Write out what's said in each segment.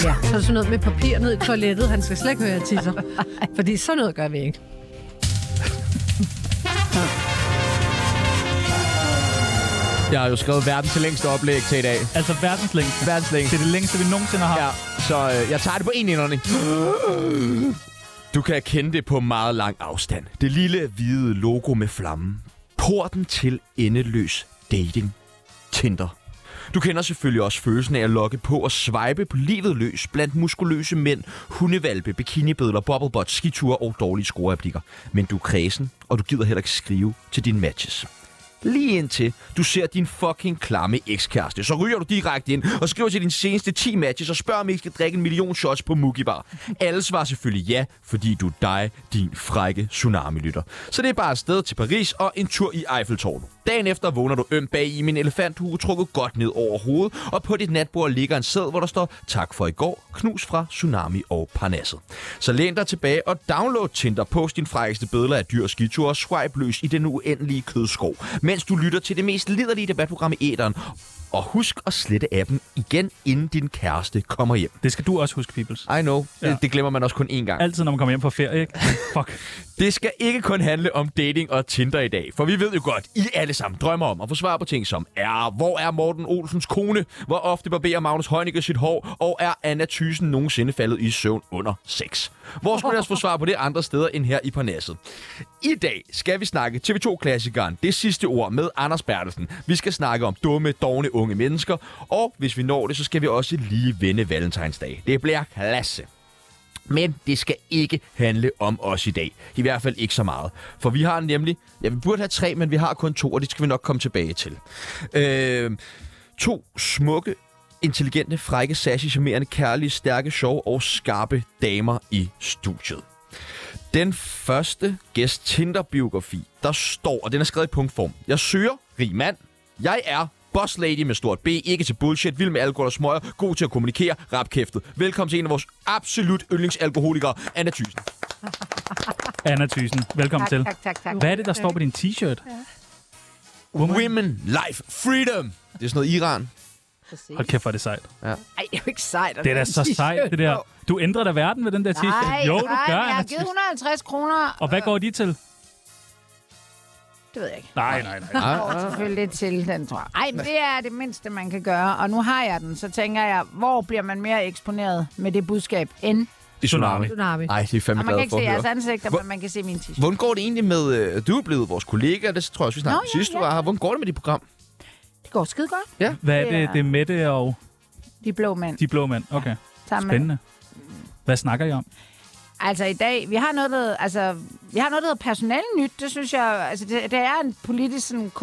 Ja, så sådan noget med papir ned i toilettet. Han skal slet ikke høre, jeg tisser. Fordi sådan noget gør vi ikke. Jeg har jo skrevet verdens længste oplæg til i dag. Altså verdens længste. Verdens længste. Det er det længste, vi nogensinde har. Ja, så jeg tager det på en indånding. Du kan kende det på meget lang afstand. Det lille hvide logo med flammen. Porten til endeløs dating. Tinder. Du kender selvfølgelig også følelsen af at logge på og swipe på livet løs blandt muskuløse mænd, hundevalpe, bikinibødler, bobblebot, skiture og dårlige scorereplikker. Men du er kredsen, og du gider heller ikke skrive til dine matches. Lige indtil du ser din fucking klamme ekskæreste. Så ryger du direkte ind og skriver til dine seneste 10 matches og spørger, om I skal drikke 1 million shots på Mugi Bar. Alle svarer selvfølgelig ja, fordi du er dig, din frække tsunami-lytter. Så det er bare afsted til Paris og en tur i Eiffeltårnet. Dagen efter vågner du ømt bag i min elefanthue, trukket godt ned over hovedet, og på dit natbord ligger en seddel, hvor der står tak for i går, knus fra Tsunami og Parnasset. Så læn dig tilbage og download Tinder, post din frækkeste billeder af dyr og skiture og swipe løs i den uendelige kødskov, mens du lytter til det mest liderlige debatprogram i æteren. Og husk at slette appen igen, inden din kæreste kommer hjem. Det skal du også huske, Peoples. I know. Ja. Det glemmer man også kun én gang. Altid, når man kommer hjem fra ferie, ikke? Fuck. Det skal ikke kun handle om dating og Tinder i dag, for vi ved jo godt, I alle sammen drømmer om at få svar på ting som hvor er Morten Olsens kone? Hvor ofte barberer Magnus Heunicke sit hår? Og er Anna Thyssen nogensinde faldet i søvn under sex? Hvor skulle jeg få svar på det andre steder end her i Parnasset? I dag skal vi snakke TV2-klassikeren Det sidste ord med Anders Bertelsen. Vi skal snakke om dumme, dovne unge mennesker, og hvis vi når det, så skal vi også lige vende Valentinsdag. Det bliver klasse. Men det skal ikke handle om os i dag. I hvert fald ikke så meget. For vi har nemlig... Ja, vi burde have 3, men vi har kun 2, og det skal vi nok komme tilbage til. 2 smukke, intelligente, frække, sassy, charmerende, kærlige, stærke, sjove og skarpe damer i studiet. Den første gæst Tinder-biografi, der står, og den er skrevet i punktform. Jeg søger rig mand. Jeg er boss lady med stort B, ikke til bullshit, vild med alkohol og smøger, god til at kommunikere, rapkæftet. Velkommen til en af vores absolut yndlingsalkoholikere, Anna Thyssen. Anna Thyssen, velkommen til. Tak. Hvad er det, der står på din t-shirt? Ja. Women, life, freedom. Det er sådan noget Iran. Hold kæft, hvor er det sejt. Ja. Ej, det er jo ikke sejt. Det er da så sejt, det der. Du ændrer da verden med den der t-shirt. Nej, Jo, du gør, jeg har Anna givet Thyssen. 150 kroner. Og hvad går de til? Det ved jeg ikke. Nej. Og selvfølgelig til den, tror jeg. Ej, men det er det mindste, man kan gøre. Og nu har jeg den, så tænker jeg, hvor bliver man mere eksponeret med det budskab end... Det er Tsunami. Tsunami. Ej, det er fandme Og man kan glad ikke for se at høre. jeres ansigter, men man kan se min t-shirt. Hvordan går det egentlig med... Du er blevet vores kollega, det tror jeg også, vi snakkede sidst, du var her. Hvordan går det med dit program? Det går skide godt. Ja. Hvad er det? Det er Mette og De blå mænd. de blå mænd. Okay. Sammen med- Spændende. Hvad snakker I om? Altså i dag, vi har noget, der hedder personalnyt. Det synes jeg, altså det er en politisk sådan,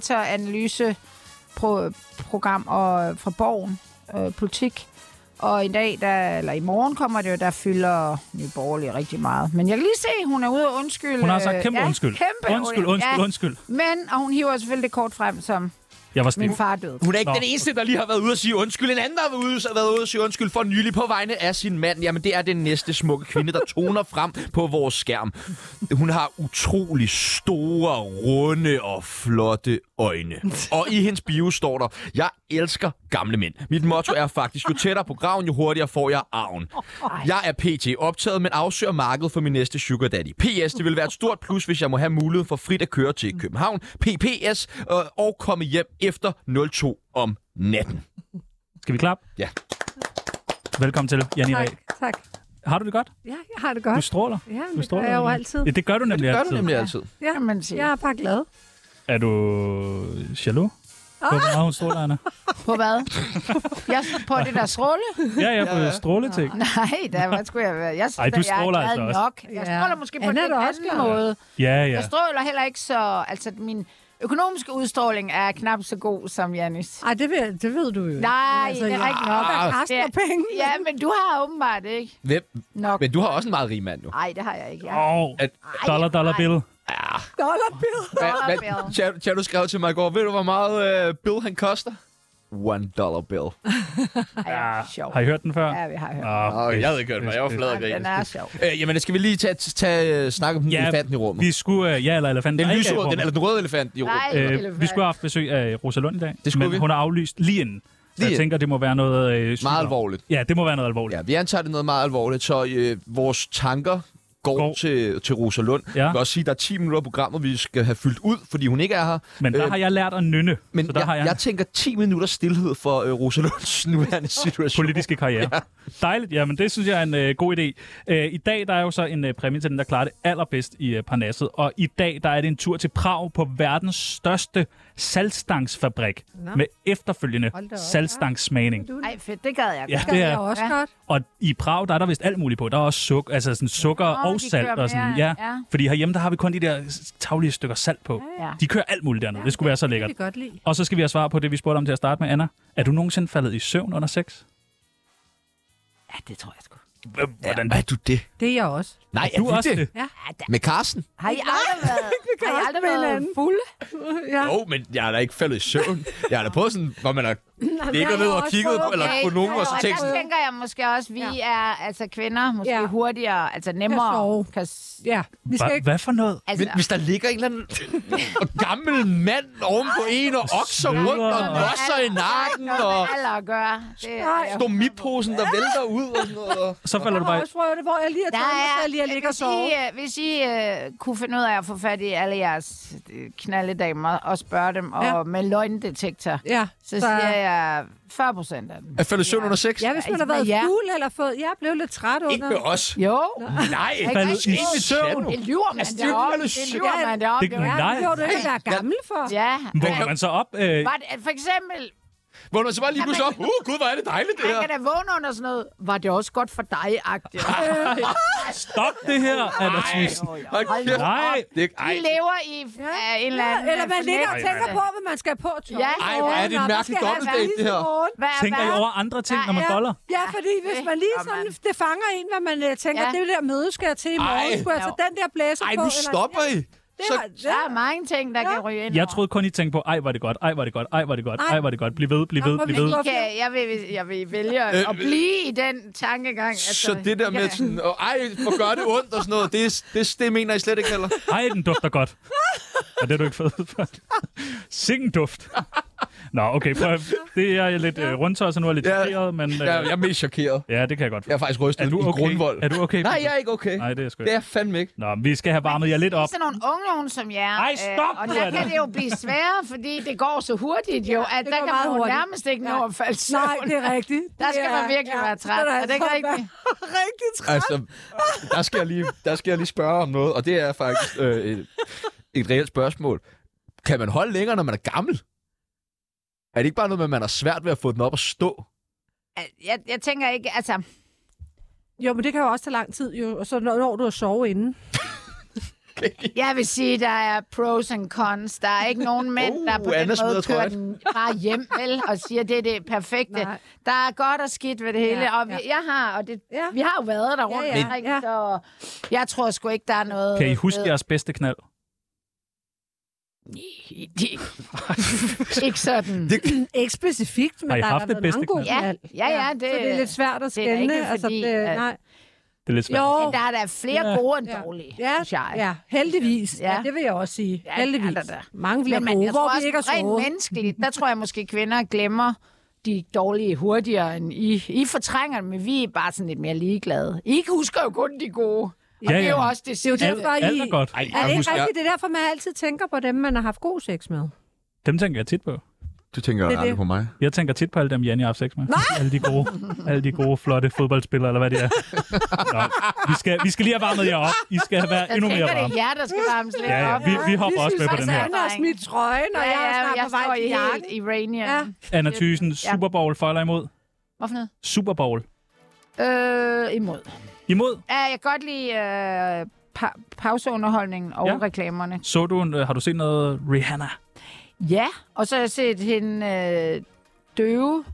kommentator-analyse-program og fra Borgen, politik. Og i dag, eller i morgen kommer det jo, der fylder Nye Borgerlige rigtig meget. Men jeg kan lige se, hun er ude og undskylde. Hun har sagt kæmpe undskyld. Undskyld. Men, og hun hiver selvfølgelig det kort frem, som Jeg var stiv. min far døde. Hun er ikke den eneste, der lige har været ude og sige undskyld. En anden, der har været ude og sige undskyld for nylig på vegne af sin mand. Jamen, det er den næste smukke kvinde, der toner frem på vores skærm. Hun har utrolig store, runde og flotte øjne. Og i hendes bio står der, jeg elsker gamle mænd. Mit motto er faktisk, jo tættere på graven, jo hurtigere får jeg arven. Jeg er pt. Optaget, men afsøger markedet for min næste sugar daddy. PS, det vil være et stort plus, hvis jeg må have mulighed for frit at køre til København. PPS og komme hjem efter 02 om natten. Skal vi klappe? Ja. Velkommen til, Janni Ræ. Tak. Har du det godt? Ja, jeg har det godt. Du stråler. Ja, Du det gør jeg jo altid. Ja, det gør du nemlig Det gør altid. du nemlig altid. Ja, Kan man sige. jeg er bare glad. Er du jaloux? Hvor meget hun stråler, Anna? På hvad? Jeg på det der stråle? Ja, på stråleting. Nej, hvad skulle jeg være? Jeg synes, Ej, du at jeg stråler er glad altså også. nok. Jeg Ja. stråler måske på Anna en er da også anden glad. måde. Ja. Jeg stråler heller ikke så... Altså, min økonomiske udstråling er knap så god som Jannis. Ej, det ved du jo. Nej, det er rigtigt nok. Jeg kaster penge. Ja, men du har åbenbart ikke Hvem? nok. Men du har også en meget rig mand nu. Nej, det har jeg ikke. Dollar bill. Dollarbill. Chad, du skrev til mig i går, ved du, hvor meget Bill han koster? $1 bill. Ja, sjov. Har I hørt den før? Ja, vi har hørt. Jeg havde ikke hørt mig. Jeg var flad og Den er sjov. Jamen, skal vi lige tage snakke om den elefanten i rummet? Vi skulle... eller elefanten. Den der ikke er i lyserøde, rummet. den røde elefant i rummet. Nej, Vi skulle have haft besøg af Rosa Lund i dag. Det skulle men vi. hun har aflyst lige inden. Så jeg tænker, det må være noget... Meget alvorligt. Ja, det må være noget alvorligt. Ja, vi antager det noget meget alvorligt, så vores tanker går til Rosa Lund. Ja. Jeg vil også sige, at der er 10 minutter af programmet, vi skal have fyldt ud, fordi hun ikke er her. Men der har jeg lært at nynne. Men så der jeg tænker 10 minutter stillhed for Rosa Lunds nuværende situation. Politiske karriere. Ja. Dejligt. Jamen, det synes jeg er en god idé. I dag der er jo så en præmie til den, der klarer det allerbedst i Parnasset. Og i dag der er det en tur til Prag på verdens største saltstangsfabrik med efterfølgende saltstangssmagning. Ej, fedt, det gad jeg. Ja, det er også godt. Og i Prag der er der vist alt muligt på. Der er også sukker og salt og sådan. Ja. Fordi herhjemme der har vi kun de der taglige stykker salt på. Ja. De kører alt muligt dernede. Det skulle være så lækkert. Det kan godt lide. Og så skal vi have svar på det, vi spurgte om til at starte med, Anna. Er du nogensinde faldet i søvn under sex? Ja, det tror jeg sgu. Hvordan er du det? Det er jeg også. Nej, er du også det? Ja. Med Karsten? Har I aldrig været fulde? Ja. Jo, men jeg er da ikke faldet i søvn. Jeg har da prøvet sådan, hvor man har ligget ned og kigget på, eller på nogen, og så tænkt sådan... Der tænker jeg måske også, vi er altså kvinder, måske hurtigere, altså nemmere. Ja. Hvad for noget? Altså, men hvis der ligger en eller anden gammel mand oven på en, og okser rundt, og nosser i nakken, og stomiposen, der vælter ud, og sådan noget. Så falder du bare... Jeg har også prøvet det, hvor jeg lige har taget mig, at ligge og sove. Hvis I kunne finde ud af at få fat i alle jeres knaldedamer og spørge dem, og med løgndetektor, så siger jeg 40% af dem. Er faldet søvn under sex? Ja, hvis man har været fuld eller fået... Jeg blev lidt træt under. Ikke med os. Jo. Nej, faldet i søvn. Det lyver man deroppe. Det lyver man deroppe. Det kan du ikke være gammel for. Ja. Vågner man så op? For eksempel... Hvor man så bare lige pludselig op, gud, hvor er det dejligt, det her. Man kan da vågne under sådan noget, var det også godt for dig-agtigt. Stop det her, Anna Thyssen. Nej. Vi lever i en eller anden... Eller man ligger og tænker på, hvad man skal på tøj. Ej, hvor er det en mærkelig dobbeltdate, det her. Tænker I over andre ting, når man boller? Ja, fordi hvis man lige sådan, det fanger en, hvad man tænker, det der møde skal jeg til i morgen, skulle jeg tage den der blæser på. Ej, nu stopper I. Der er mange ting, der kan ryge ind. Jeg troede kun, I tænkte på, ej, var det godt, ej, var det godt, ej, var det godt, ej, var det godt. Bliv ved. Jeg vil vælge at blive i den tankegang. Altså, så det der med sådan, ej, hvor gør det ondt og sådan noget, det mener I slet ikke heller? Ej, den dufter godt. Og det er du ikke fået for. Sikken duft. Nå, okay, prøv. Det er lidt rundtosset nu, og lidt chokeret, men... jeg er mest chokeret. Ja, det kan jeg godt. Jeg er faktisk rystet i grundvold. Er du okay? Nej, jeg er ikke okay. Nej, det er sgu ikke. Det er fandme ikke. Nå, vi skal have varmet jer lidt op. Sådan nogle unge nogen som jer. Ej, stop! Og der kan det jo blive sværere, fordi det går så hurtigt jo, at der kan man jo nærmest ikke nå at falde søvn. Nej, det er rigtigt. Der skal man virkelig være træt. Er det ikke rigtigt? Rigtig træt. Altså, der skal jeg lige spørge om noget, og det er faktisk et reelt spørgsmål. Kan man holde længere, når man er gammel? Er det ikke bare noget med, at man har svært ved at få den op at stå? Jeg tænker ikke, altså... Jo, men det kan jo også tage lang tid, jo. Og så når du at sove inden. Jeg vil sige, der er pros and cons. Der er ikke nogen mænd, der på den måde kører den bare hjem, vel, og siger, det er det perfekte. Nej. Der er godt og skidt ved det hele, og vi har jo været der rundt omkring, så jeg tror sgu ikke, der er noget... Kan I huske jeres bedste knald? Ikke sådan. Ikke specifikt, men der har været mange gode knald. Ja, så det er lidt svært at skænde. Det er ikke fordi, det er lidt svært. Jo. Men der er der flere gode end dårlige, synes jeg. Ja, heldigvis. Ja, det vil jeg også sige. Heldigvis. Mange flere gode, hvor vi ikke har sovet. Rent menneskeligt, der tror jeg måske, kvinder glemmer de dårlige hurtigere end I. I fortrænger dem, men vi er bare sådan lidt mere ligeglade. I husker jo kun de gode. Og det er jo også det. Det er jo derfor, alt er godt. Er det ikke rigtigt? Det er derfor, man altid tænker på dem, man har haft god sex med. Dem tænker jeg tit på. Du tænker jo aldrig på mig. Jeg tænker tit på alle dem, Janne har haft sex med. Alle de gode, flotte fodboldspillere, eller hvad det er. Nå, vi skal lige have varmet jer op. I skal være endnu mere varme. Jeg tænker, det er jer, der skal varmes lidt op. Vi hopper også med på den her. Jeg har smidt trøjen, og jeg er snart på vej til helt Iranian. Anna Thyssen, Super Bowl for eller imod? Hvad for noget? Super Bowl. Imod. Imod? Ja, jeg kan godt lide pauseunderholdningen og reklamerne. Har du set noget Rihanna? Ja, og så har jeg set hende døve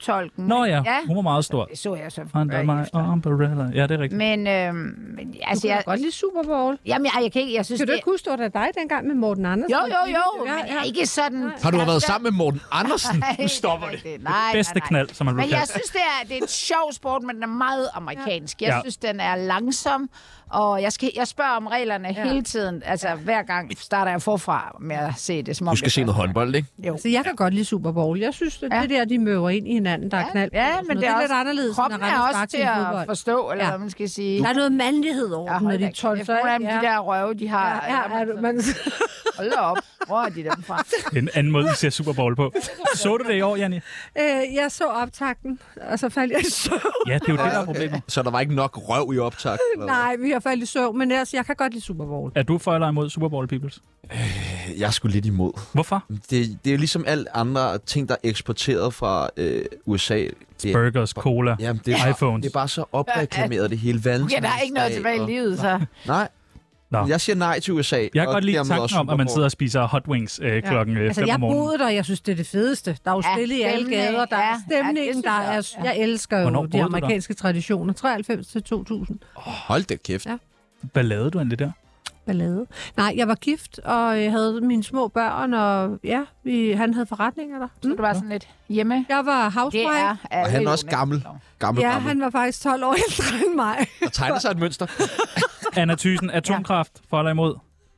tolken. Nå ja, hun var meget stor. Det så jeg så. Under my umbrella. Ja, det er rigtigt. Men altså, jeg kan godt lide Super Bowl. Jamen, jeg kan ikke. Jeg synes, kan du ikke huske, det var dig dengang med Morten Andersen? Jo, men jeg er ikke sådan... Har du været sammen med Morten Andersen? Nu stopper det. Nej. Bedste knald, som man men jeg synes, det er en sjov sport, men den er meget amerikansk. Jeg synes, den er langsom, og jeg spørger om reglerne hele tiden. Altså, hver gang starter jeg forfra med at se det. Som du skal se noget håndbold, ikke? Jo. Så jeg kan godt lide Super Bowl. Jeg synes, det der, de møver ind i hinanden, der er knald. Ja, men det er lidt anderledes. Kroppen er også til at forstå, eller hvad man skal sige. Der er noget mandlighed over den, når de 12. Nogle af dem, de der røve, de har... Hold da op. Hvor er de dem fra? En anden måde, I ser Super Bowl på. Så du det i år, Janni? Jeg så optakten, og så faldt jeg i søvn. Ja, det er jo det, der er problemet. Så der var ikke nok røv i optakt? Nej, vi har faldet i søvn, men jeg kan godt lide Super Bowl. Er du for eller imod Super Bowl, Peoples? Jeg er sgu lidt imod. Hvorfor? Det er ligesom alle andre ting, der er eksporteret fra USA. Burgers, cola, iPhones. Det er bare så opreklameret, det hele valentinsdag. Okay, der er ikke noget tilbage i livet, så... Nej. Nå. Jeg siger nej til USA. Jeg kan godt lide tanken om, at man sidder og spiser hot wings klokken 5 om morgenen. Jeg boede der, jeg synes, det er det fedeste. Der er jo stille i alle gader, der er stemningen, jeg elsker jo de amerikanske traditioner. 93 til 2000. Hold da kæft. Ja. Hvad lavede du egentlig der? Ballade. Nej, jeg var gift, og jeg havde mine små børn, og han havde forretninger der. Så du var sådan lidt hjemme? Jeg var housewife. Og han er også gammel. Ja, han var faktisk 12 år ældre end mig. Der tegner sig et mønster. Anna Thyssen, atomkraft, for eller imod?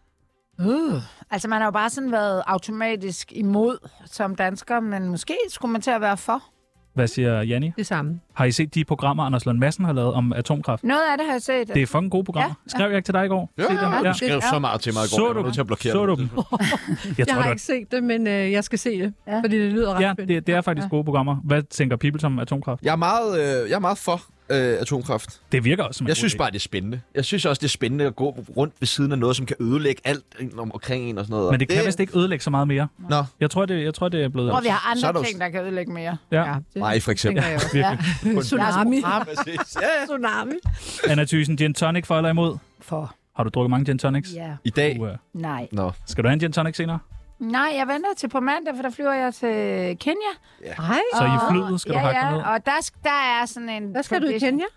Altså, man har jo bare sådan været automatisk imod som dansker, men måske skulle man til at være for. Hvad siger Janni? Det samme. Har I set de programmer, Anders Lund Madsen har lavet om atomkraft? Noget af det har jeg set. Det er fucking gode programmer. Ja. Skrev jeg ikke til dig i går? Ja. Du skrev så meget til mig i går. Så du dem? Jeg har ikke set det, men jeg skal se det, fordi det lyder ret spændende. Ja, det er faktisk gode programmer. Hvad tænker Peoples om atomkraft? Jeg er meget for atomkraft. Det virker også som jeg synes bare, det er spændende. Jeg synes også, det er spændende at gå rundt ved siden af noget, som kan ødelægge alt omkring en og sådan noget. Men det kan vist ikke ødelægge så meget mere. Nå. Jeg tror, det er blevet... Og vi har andre ting, der kan ødelægge mere. Ja. Nej, for eksempel. Tsunami. Tsunami. Anna Thyssen, gin tonic for eller imod? For. Har du drukket mange gin tonics? Ja. I dag? Nej. Nå. Skal du have en gin tonic senere? Nej, jeg venter til på mandag, for der flyver jeg til Kenya. Ja. Så i flyet skal du hakke ned? Og der er sådan en... Hvad skal du i Kenya?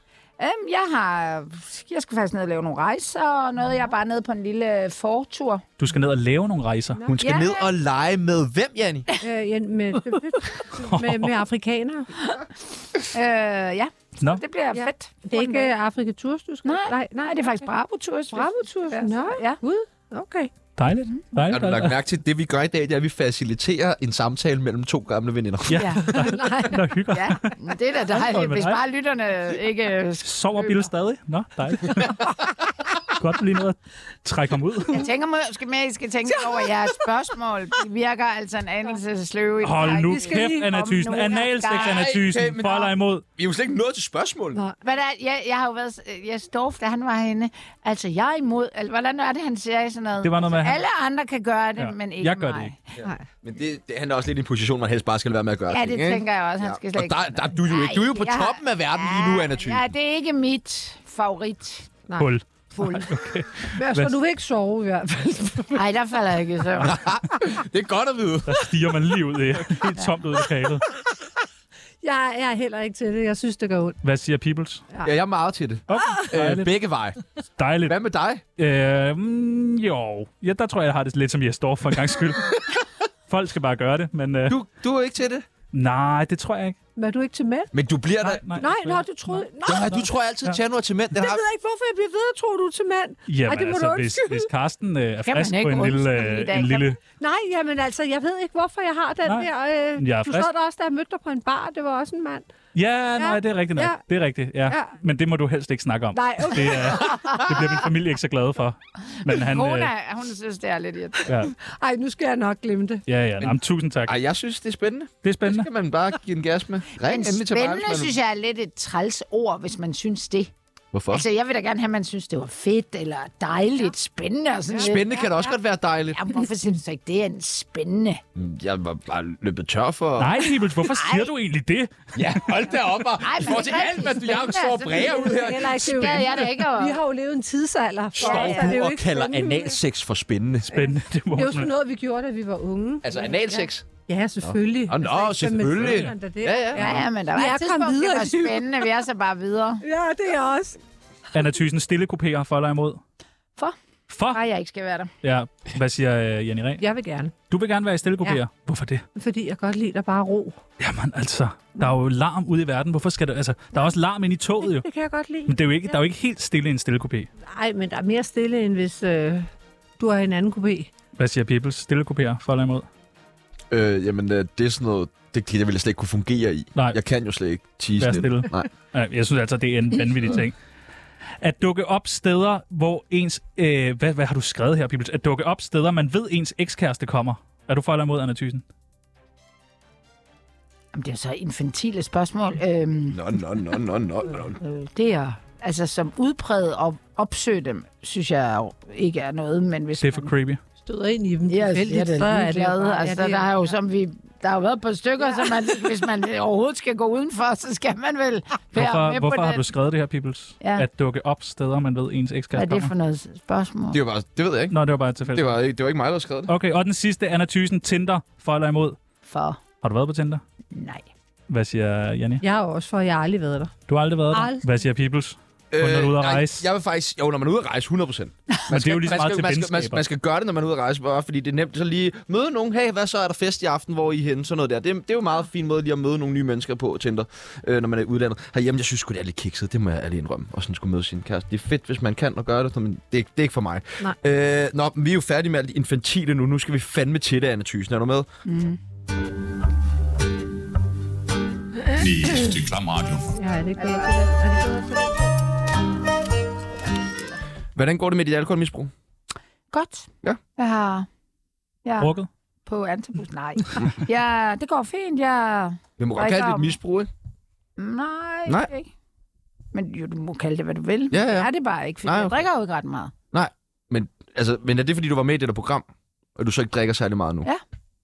Jeg skal faktisk ned og lave nogle rejser og noget. Jeg er bare nede på en lille fortur. Du skal ned og lave nogle rejser? Hun skal ned og lege med hvem, Janni? Med afrikanere. Ja. Nå. Det bliver fedt. Det er ikke Afrika Tours, du skal? Nej, det er faktisk Bravo Tours. Bravo Tours? Nå, Gud. Okay. Dejligt. Har du lagt mærke til, det vi gør i dag, det er, at vi faciliterer en samtale mellem to gamle veninder? Ja, der hygger. Ja, men det er da dejligt, hvis bare lytterne ikke... Sover Bill stadig? Nå, dejligt. Godt lige noget at trække ham ud. Jeg tænker måske mere, I skal tænke over jeres spørgsmål. Det virker altså en anelse sløve. Hold nu kæft, Anna Thyssen. Analsex, Anna Thyssen. For eller imod? Vi er jo slet ikke nået til spørgsmålet. Jeg har jo været... Dorf, da han var herinde. Altså, jeg er imod... Hvordan er det, han siger i sådan noget? Det var noget med, alle andre kan gøre det, men ikke jeg gør mig. Det ikke. Ja. Men han er også lidt i en position, man helst bare skal være med at gøre det. Ja, det tænker jeg også. Han skal slet ikke. Og der er du jo ikke. Du er jo på toppen af verden lige nu, Anna Thyssen. Ja, det er ikke mit favorit. Hul. Okay. Så du vil ikke sove i hvert fald? Nej, der falder jeg ikke i søvn. Det er godt at vide. Der stiger man lige ud i helt tomt ud i lokalet. Jeg er heller ikke til det. Jeg synes, det går ondt. Hvad siger Peoples? Ja, jeg er meget til det. Okay. Begge veje. Dejligt. Hvad med dig? Jo. Ja, der tror jeg har det lidt som Jes Dorf for en gang skyld. Folk skal bare gøre det, men... Du er ikke til det? Nej, det tror jeg ikke. Men er du ikke til mænd? Men du bliver der... Nej, du troede... Nej, du tror altid, at Tjerno er til mænd. Jeg ved ikke, hvorfor jeg bliver ved at tro, du er til mænd. Jamen altså, hvis Karsten er frisk på en lille... Nej, jamen altså, jeg ved ikke, hvorfor jeg har den der... Du sad der også, da jeg mødte dig på en bar. Det var også en mand. Ja, nej, det er rigtigt nok. Ja. Det er rigtigt, ja. Men det må du helst ikke snakke om. Nej, okay. Det bliver min familie ikke så glad for. Men hun synes, det er lidt irriterende. Ej, nu skal jeg nok glemme det. Ja. Jamen, tusind tak. Ej, jeg synes, det er spændende. Det er spændende. Det skal man bare give en gas med. Men spændende, synes jeg, er lidt et træls ord, hvis man synes det. Hvorfor? Altså, jeg vil da gerne have, at man synes, det var fedt, eller dejligt, spændende og sådan spændende kan da også godt være dejligt. Jamen, hvorfor synes du ikke, det er en spændende? Jeg var bare løbet tør for... Nej, Peoples, hvorfor siger du egentlig det? Ja, hold da op, og i forhold til alt, hvad jeg står og bræger ud her. Skal jeg da ikke? Vi har jo levet en tidsalder. Står du og kalder analsex for spændende? Spændende, det er jo sådan noget, vi gjorde, da vi var unge. Altså analsex? Ja, selvfølgelig. Nå, selvfølgelig. Ja, men der var et tidspunkt, det var spændende. Vi er så bare videre. Ja, det er også. Anna Thyssen, stille kupéer for eller imod? For? Nej, jeg ikke skal være der. Ja, hvad siger Jenny Reh? Jeg vil gerne. Du vil gerne være i stille kupéer? Ja. Hvorfor det? Fordi jeg godt lide der bare ro. Jamen altså, der er jo larm ude i verden. Hvorfor skal der... Altså, der er også larm inde i toget jo. Det kan jeg godt lide. Men det er jo ikke, der er jo ikke helt stille i en stille kupé. Nej, men der er mere stille, end hvis du er i en anden kupé. Hvad siger Peoples? Stille kupéer for eller imod? Det er sådan noget... Det kan jeg ville slet ikke kunne fungere i. Nej. Jeg kan jo slet ikke tige Vær stille. Nej. Ja, jeg synes altså, det er en vanvittig ting. At dukke op steder, hvor ens... Hvad har du skrevet her, Peoples? At dukke op steder, man ved, ens ekskæreste kommer. Er du for eller imod, Anna Thyssen? Jamen, det er så infantile spørgsmål. Nå. Det er... Altså, som udpræget og opsøge dem, synes jeg jo ikke er noget, men hvis det er for creepy. Støder ind i dem. Ja, det er glad. Altså, der har jo som vi... Der har jo været et par stykker, så hvis man overhovedet skal gå udenfor, så skal man vel være med på Hvorfor har du skrevet det her, Peoples? Ja. At dukke op steder, man ved, ens ekskæreste kommer? Hvad er det for noget spørgsmål? Det ved jeg ikke. Nå, det var bare et tilfælde. Det var ikke mig, der skrev det. Okay, og den sidste, Anna Thyssen, Tinder, for eller imod? For. Har du været på Tinder? Nej. Hvad siger Jenny? Jeg har også jeg har aldrig været der. Du har aldrig været der? Hvad siger Peoples? Når du er ude at rejse? Jeg vil faktisk... Jo, når man er ude at rejse, 100%. Men det er jo lige så meget til venskaber. Man skal gøre det, når man er ude at rejse, bare fordi det er nemt. Så lige møde nogen. Hey, hvad så er der fest i aften? Hvor er I henne? Sådan noget der. Det er jo en meget fin måde lige at møde nogle nye mennesker på Tinder, når man er udlandet. Herhjemme, jeg synes sgu, det er lidt kikset. Det må jeg alene indrømme. Og sådan skulle møde sin kæreste. Det er fedt, hvis man kan og gøre det, men det er ikke for mig. Vi er jo færdige med alt det infantile nu. Nu skal vi fandme til det, Anna Thyssen. Er du med? Det er Klam Radio. Ja, det er ikke bedre til det. Hvordan går det med dit alkoholmisbrug? Godt. Ja. Jeg har... Drukket? På Antabus? Nej. Det går fint. Vi må godt kalde det et misbrug, ikke? Nej. Ikke. Men jo, du må kalde det, hvad du vil. Ja. Det er det bare ikke, for jeg drikker jo ikke ret meget. Nej, men er det, fordi du var med i det der program, og du så ikke drikker særlig meget nu? Ja.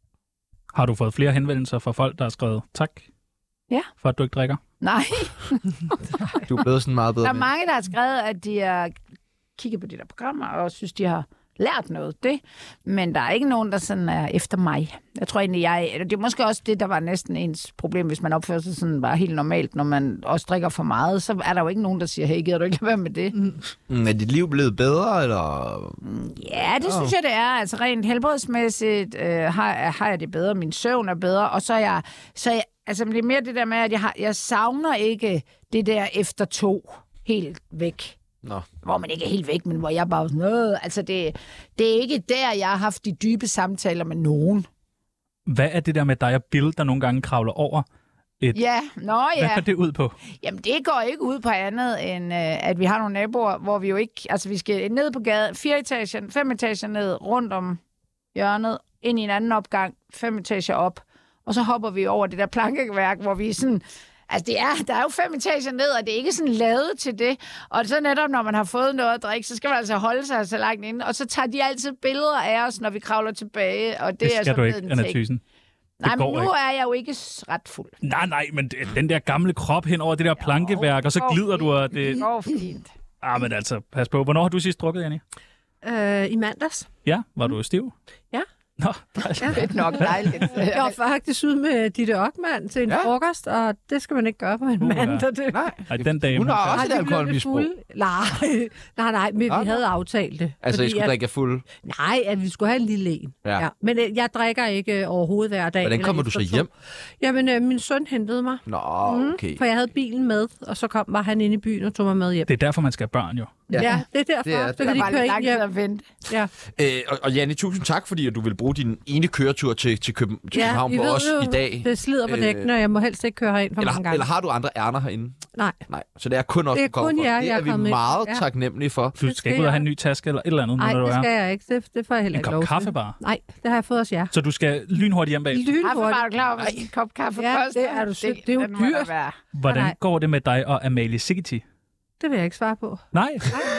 Har du fået flere henvendelser fra folk, der har skrevet tak? Ja. For at du ikke drikker? Nej. Du er blevet sådan meget bedre. Der er mange, der har skrevet, at de har kigget på de der programmer, og synes, de har lært noget. Men der er ikke nogen, der sådan er efter mig. Jeg tror egentlig, det er måske også det, der var næsten ens problem, hvis man opfører sig sådan bare helt normalt, når man også drikker for meget, så er der jo ikke nogen, der siger, hey, gider du ikke lade være med det? Er dit liv blevet bedre, eller? Ja, det synes jeg, det er. Altså rent helbredsmæssigt har jeg det bedre. Min søvn er bedre, og så er jeg altså det er mere det der med, at jeg savner ikke det der efter 2 helt væk. Nå. Hvor man ikke er helt væk, men hvor jeg bare sådan, altså det er ikke der, jeg har haft de dybe samtaler med nogen. Hvad er det der med dig og Bill, der nogle gange kravler over et... Ja, Hvad går det ud på? Jamen, det går ikke ud på andet, end at vi har nogle naboer, hvor vi jo ikke... Altså, vi skal ned på gaden, 5 etager ned, rundt om hjørnet, ind i en anden opgang, 5 etager op, og så hopper vi over det der plankeværk, hvor vi sådan... Altså, der er jo 5 etager ned, og det er ikke sådan lavet til det. Og så netop, når man har fået noget at drikke, så skal man altså holde sig så langt inde. Og så tager de altid billeder af os, når vi kravler tilbage. Og det skal er du ikke, Anna Thyssen. Nej, men nu er jeg jo ikke ret fuld. Nej, men den der gamle krop hen over det der plankeværk, og så glider du, og det... Det går fint. Men altså, pas på. Hvornår har du sidst drukket, Jenny? I mandags. Ja, var du stiv? Ja. Nå, fedt nok, dejligt. Jeg var faktisk ude med Ditte Okman til en frokost, og det skal man ikke gøre på en mandag. Nej, den dag. Hun har også et alkoholmisbrug. Nej, men vi havde aftalt det. Altså, I skulle drikke fuld? Nej, at vi skulle have en lille en. Ja. Men jeg drikker ikke overhovedet hver dag. Hvordan kommer du så hjem? Jamen, min søn hentede mig. Nå, okay. For jeg havde bilen med, og så var han inde i byen og tog mig med hjem. Det er derfor, man skal have børn, jo. Ja, det er derfor. Det kan de køre ind hjem. At vente. Ja. Og Janne, tusind tak, fordi du vil bruge din ene køretur til København på os i dag. Det slider på dækkene, og jeg må helst ikke køre herind for mange gange. Eller har du andre ærner herinde? Nej. Så det er kun os, du kommer for. Det er vi meget taknemmelige for. Du skal ikke ud og have en ny taske eller et eller andet? Nej, det skal jeg ikke. Det får jeg heller ikke lov til. En kop kaffe bare? Nej, det har jeg fået os jer. Så du skal lynhurtigt hjem bag? Lynhurtigt. Er du klar over, hvad en kop kaffe koster? Det er du sødt. Det er jo dyrt. Hvordan går det med dig og Amalie Sigeti? Det vil jeg ikke svare på. Nej.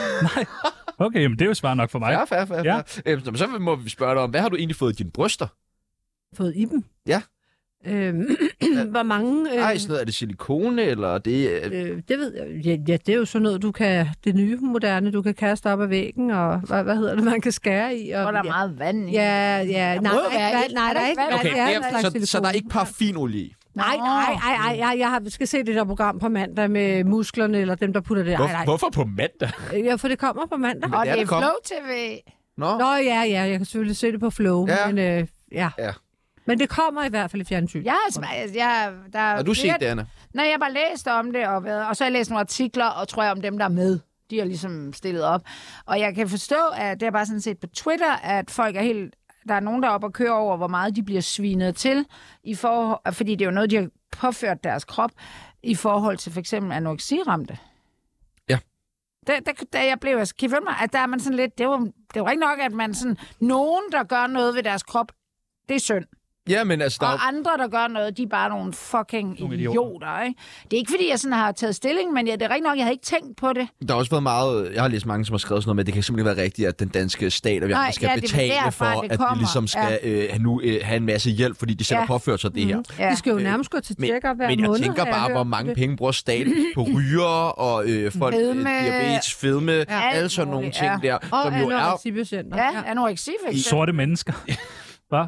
Okay, men det er jo svar nok for mig. Fair. Ja. Så må vi spørge dig om, hvad har du egentlig fået i dine bryster? Fået i dem? Ja. Hvor mange... sådan noget, er det silikone, eller det... Det ved jeg. Ja, det er jo sådan noget, du kan... Det nye moderne, du kan kaste op ad væggen, og hvad hedder det, man kan skære i. Og der er meget vand i. Ja. Nej, der er ikke vand. Okay, så der er ikke paraffinolie i? Nej. Jeg skal se det der program på mandag med musklerne, eller dem, der putter det. Hvorfor på mandag? Ja, for det kommer på mandag. Og det er Flow TV. Nå, ja, jeg kan selvfølgelig se det på Flow. Ja. Men, ja. Men det kommer i hvert fald i fjernsyn. Har du set det, Anna? Nej, jeg har bare læst om det, og så har jeg læst nogle artikler, og tror jeg om dem, der er med. De har ligesom stillet op. Og jeg kan forstå, at det er bare sådan set på Twitter, at folk er helt... Der er nogen, der er oppe og kører over, hvor meget de bliver svinet til, fordi det er jo noget, de har påført deres krop, i forhold til for eksempel anoreksiramte. Ja. Da jeg blev... Kan I følge mig? At der er man sådan lidt... Det er jo ikke nok, at man sådan... Nogen, der gør noget ved deres krop, det er synd. Ja, men altså... Og andre, der gør noget, de er bare nogle fucking idioter, ikke? Det er ikke, fordi jeg sådan har taget stilling, men det er rigtig nok, jeg havde ikke tænkt på det. Der har også været meget... Jeg har læst mange, som har skrevet sådan noget med, at det kan simpelthen være rigtigt, at den danske stat og vi skal betale for, at de ligesom skal have en masse hjælp, fordi de selv har påført sig det her. Ja. De skal jo nærmest gå til tjekker hver måned. Men jeg tænker bare, hvor mange penge bruger staten på ryger og folk, diabetes, fedme, alle sådan nogle ting der. Og anoreksipatienter. Ja, anoreksi for eksempel. Sorte mennesker. Hvad?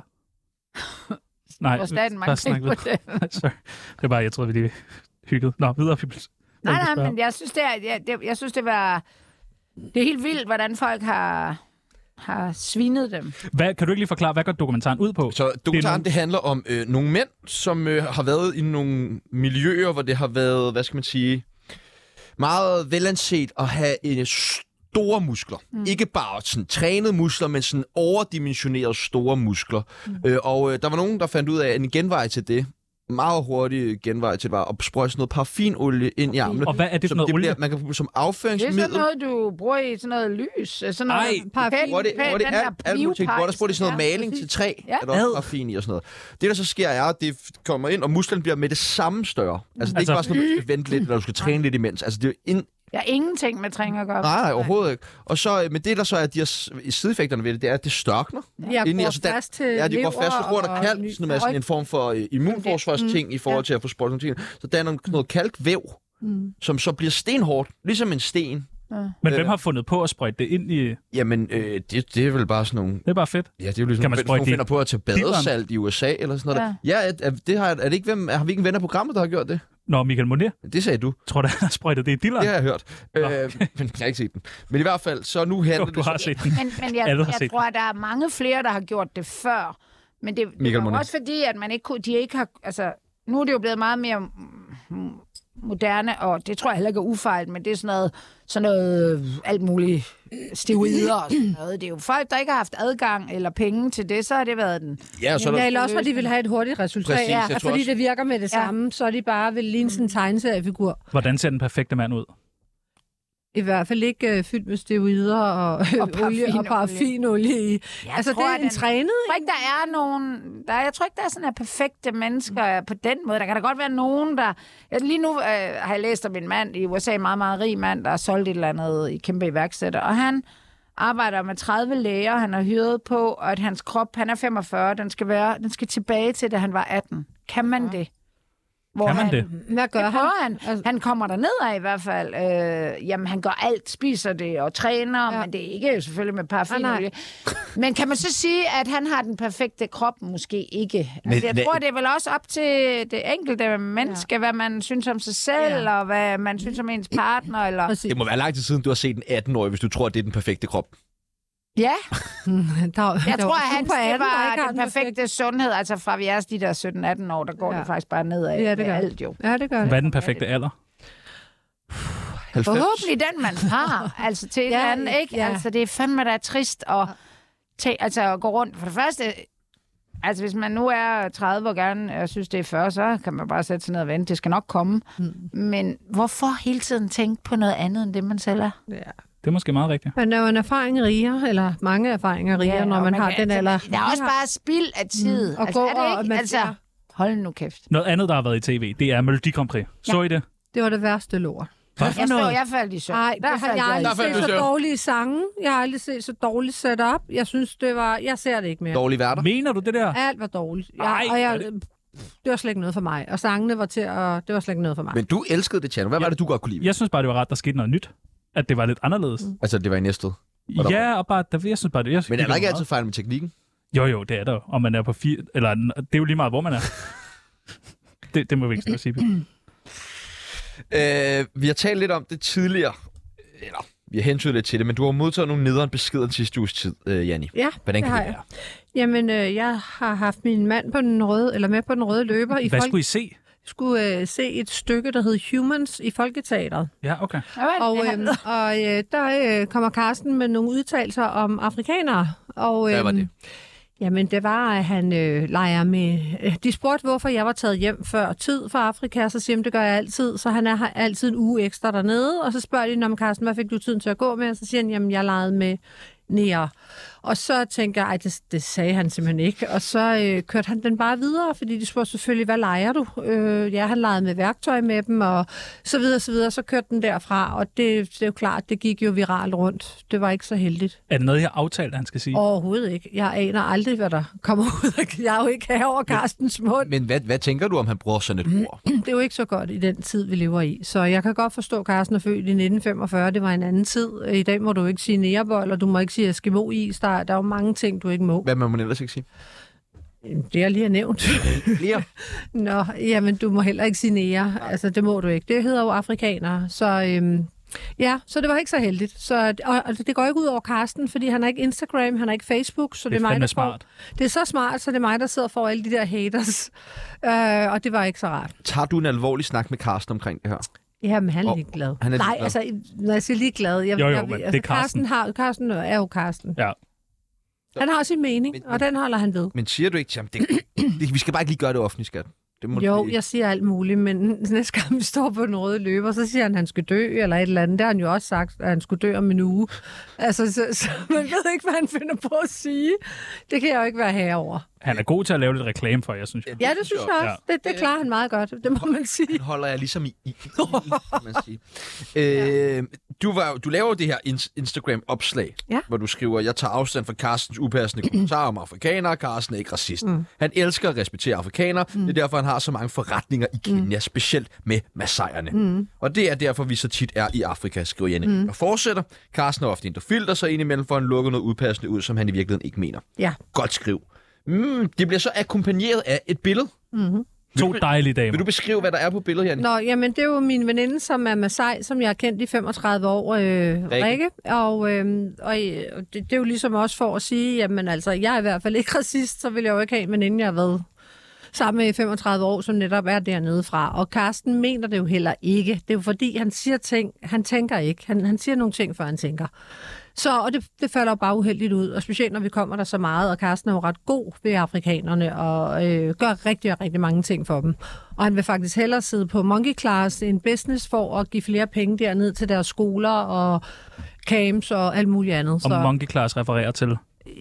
Nej, bare snak lidt. Sorry. Det er bare, jeg troede, vi lige hyggede. Nå, videre. Nej, men jeg synes, det var... Det er helt vildt, hvordan folk har svinet dem. Kan du ikke lige forklare, hvad går dokumentaren ud på? Så dokumentaren, det handler om nogle mænd, som har været i nogle miljøer, hvor det har været, hvad skal man sige, meget velanset at have en store muskler. Ikke bare sådan trænede muskler, men sådan overdimensionerede store muskler. Og der var nogen, der fandt ud af, at en genvej til det, meget hurtig genvej til det, var at sprøjte sådan noget paraffinolie ind i armene. Og hvad er det for noget olie? Man kan bruge som afføringsmiddel. Det er sådan noget, du bruger i sådan noget lys. Sådan noget paraffin. Hvor det der sprøjter sådan noget maling til træ, er der også paraffin i og sådan noget. Det, der så sker, er, at det kommer ind, og musklerne bliver med det samme større. Altså, det er ikke bare sådan, at du skal vente lidt, eller du skal træne lidt imens. Altså, det er jeg har ingenting med træning at gøre. Nej, overhovedet ikke. Og så med det, der så er de sideeffekterne ved det, det er, at det størkner. Ja, de går fast til lever. Ja, de går fast til rurt og kalk, sådan med sådan en form for immunforsvarsting i forhold til at få sprøjtet nogle ting. Så danner noget kalkvæv, som så bliver stenhårdt, ligesom en sten. Men hvem har fundet på at sprøjte det ind i... Jamen, det er vel bare sådan nogle... Det er bare fedt. Ja, det er jo ligesom, nogen finder på at tage badesalt i USA eller sådan noget. Ja, er det ikke har vi ikke en ven af programmet, der har gjort det? Nå, Michael Monet. Det sagde du. Tror du, han har sprøjtet det i dilleren? Det har jeg hørt. Men jeg har ikke set den. Men i hvert fald, så nu handler det... Du har set den. Men jeg tror, at der er mange flere, der har gjort det før. Men det er også fordi, at man ikke har... Altså, nu er det jo blevet meget mere moderne, og det tror jeg heller ikke er ufejl, men det er sådan noget alt muligt steroider og sådan noget. Det er jo folk, der ikke har haft adgang eller penge til det, så har det været den. Ja, eller også, fordi de vil have et hurtigt resultat. Præcis, fordi det virker med det samme, så er de bare vil ligne sådan en tegneseriefigur. Hvordan ser den perfekte mand ud? I hvert fald ikke fyldt med steroider og olie og paraffinolie i. Altså, det er en trænet. Jeg tror ikke, der er sådan her perfekte mennesker på den måde. Der kan da godt være nogen, der... Lige nu har jeg læst om en mand i USA, en meget, meget rig mand, der har solgt et eller andet i kæmpe iværksætter. Og han arbejder med 30 læger, han har hyret på, og at hans krop, han er 45, den skal tilbage til, da han var 18. Kan man det? Kan man det? Hvad gør han? Han kommer derned af i hvert fald. Jamen, han gør alt, spiser det og træner, men det er ikke selvfølgelig med paraffinolie. Men kan man så sige, at han har den perfekte krop? Måske ikke. Altså, jeg tror, det er vel også op til det enkelte menneske, hvad man synes om sig selv, og hvad man synes om ens partner. Eller... Det må være lang tid siden, du har set en 18-årig, hvis du tror, at det er den perfekte krop. Ja. Jeg tror, at han var den perfekte sundhed. Altså fra vi er de der 17-18 år, der går det faktisk bare nedad. Ja, det gør alt jo. Ja, det gør det. Hvad er den perfekte alder? 90. Forhåbentlig den, man har. Altså til et andet, ikke? Ja. Altså det er fandme, der er trist at gå rundt. For det første, altså hvis man nu er 30 og gerne synes, det er 40, så kan man bare sætte sig ned og vente. Det skal nok komme. Men hvorfor hele tiden tænke på noget andet, end det man selv er? Ja. Det er måske meget rigtigt. Men der er jo en erfaring rigere, eller mange erfaringer rigere, når man har den alder. Det er også bare spild af tid. Og altså, er det ikke? Altså, hold nu kæft. Noget andet, der har været i tv, det er Melodi Grand Prix. Så I det? Det var det værste lort. Jeg faldt i søvn. Nej, jeg har aldrig set så dårlige sange. Jeg har aldrig set så dårligt setup. Jeg synes, det var... Jeg ser det ikke mere. Dårlige værter? Mener du det der? Alt var dårligt. det var slet ikke noget for mig. Og sangene var det var slet ikke noget for mig. Men du elskede det, Tjerno. Hvad var det, du godt kunne lide? Jeg synes bare, det var ret, der skete noget nyt. At det var lidt anderledes. Altså, det var i Næstved? Ja, og bare, jeg synes bare, det... Men er der ikke altid fejl med teknikken? Jo, det er der. Om man er på 4... Eller, det er jo lige meget, hvor man er. det må vi ikke sige. Vi har talt lidt om det tidligere. Eller, vi har hentydet lidt til det, men du har modtaget nogle nederen beskeder den sidste uges tid, Janni. Ja, hvordan kan det være? Jamen, jeg har haft min mand på den røde, eller med på den røde løber. Hvad skulle I se? Jeg skulle se et stykke, der hed Humans i Folketeatret. Ja, okay. Og der kommer Carsten med nogle udtalelser om afrikanere. Og, hvad var det? Jamen, det var, at han leger med... De spurgte, hvorfor jeg var taget hjem før tid fra Afrika, så siger han, det gør jeg altid. Så han er altid en uge ekstra dernede, og så spørger de, om Carsten, hvad fik du tiden til at gå med? Og så siger han, jamen, jeg legede med nære. Og så tænker jeg, det sagde han simpelthen ikke. Og så kørte han den bare videre, fordi de spurgte selvfølgelig, hvad leger du? Ja, han legede med værktøj med dem, og så videre, så videre. Så kørte den derfra, og det er jo klart, det gik jo viralt rundt. Det var ikke så heldigt. Er det noget, jeg har aftalt, han skal sige? Overhovedet ikke. Jeg aner aldrig, hvad der kommer ud. Jeg er jo ikke herovre Carstens mund. Men hvad tænker du, om han bruger sådan et ord? Det er jo ikke så godt i den tid, vi lever i. Så jeg kan godt forstå, at Carsten er født i 1945. Det var en anden tid. I dag må du ikke sige nærbold, og du må ikke sige Eskimo-is. Der er jo mange ting, du ikke må. Hvad må man ellers ikke sige? Det jeg lige har nævnt. Flere? Nå, jamen du må heller ikke sige nære. Altså det må du ikke. Det hedder jo afrikanere. Så ja, så det var ikke så heldigt. Så, og det går ikke ud over Carsten, fordi han har ikke Instagram, han har ikke Facebook, så det er mig, der smart. Det er så smart, så det er mig, der sidder for alle de der haters. Og det var ikke så rart. Tager du en alvorlig snak med Carsten omkring det her? Jamen, han er ligeglad. Nej, altså, når jeg siger ligeglad... Jo, men det er Carsten. Carsten er jo Carsten. Ja. Han har sin mening, og den holder han ved. Men siger du ikke til ham, vi skal bare ikke lige gøre det offentligt, skat? Jeg siger alt muligt, men næste gang vi står på en røde løber, så siger han skal dø, eller et eller andet. Det har han jo også sagt, at han skulle dø om en uge. Altså, så man ved ikke, hvad han finder på at sige. Det kan jeg jo ikke være herover. Han er god til at lave lidt reklame for, jeg synes. Ja, det synes jeg også. Det klarer han meget godt, det må man sige. Den holder jeg ligesom i kan man sige. Du laver det her Instagram-opslag, hvor du skriver, jeg tager afstand fra Carstens upassende kommentarer om afrikanere. Carsten er ikke racist. Han elsker at respektere afrikanere. Det er derfor, han har så mange forretninger i Kenya, specielt med masajerne. Og det er derfor, vi så tit er i Afrika, skriver Janne. Og fortsætter. Carsten er ofte en, der filter sig ind imellem, for han lukker noget upassende ud, som han i virkeligheden ikke mener. Ja. Godt skriv. Det bliver så akkompagneret af et billede. To dejlige damer. Vil du beskrive, hvad der er på billedet, Janne? Nå, jamen det er jo min veninde, som er Masai, som jeg har kendt i 35 år, Rikke. Og det er jo ligesom også for at sige, jamen altså, jeg er i hvert fald ikke racist, så vil jeg jo ikke have en veninde, jeg har været sammen med i 35 år, som netop er dernede fra. Og Carsten mener det jo heller ikke. Det er jo fordi, han siger ting, han tænker ikke. Han siger nogle ting, før han tænker. Og det falder jo bare uheldigt ud, og specielt når vi kommer der så meget, og Carsten er jo ret god ved afrikanerne, og gør rigtig, rigtig mange ting for dem. Og han vil faktisk hellere sidde på Monkey Class, en business, for at give flere penge derned til deres skoler og camps og alt muligt andet. Og Monkey Class refererer til?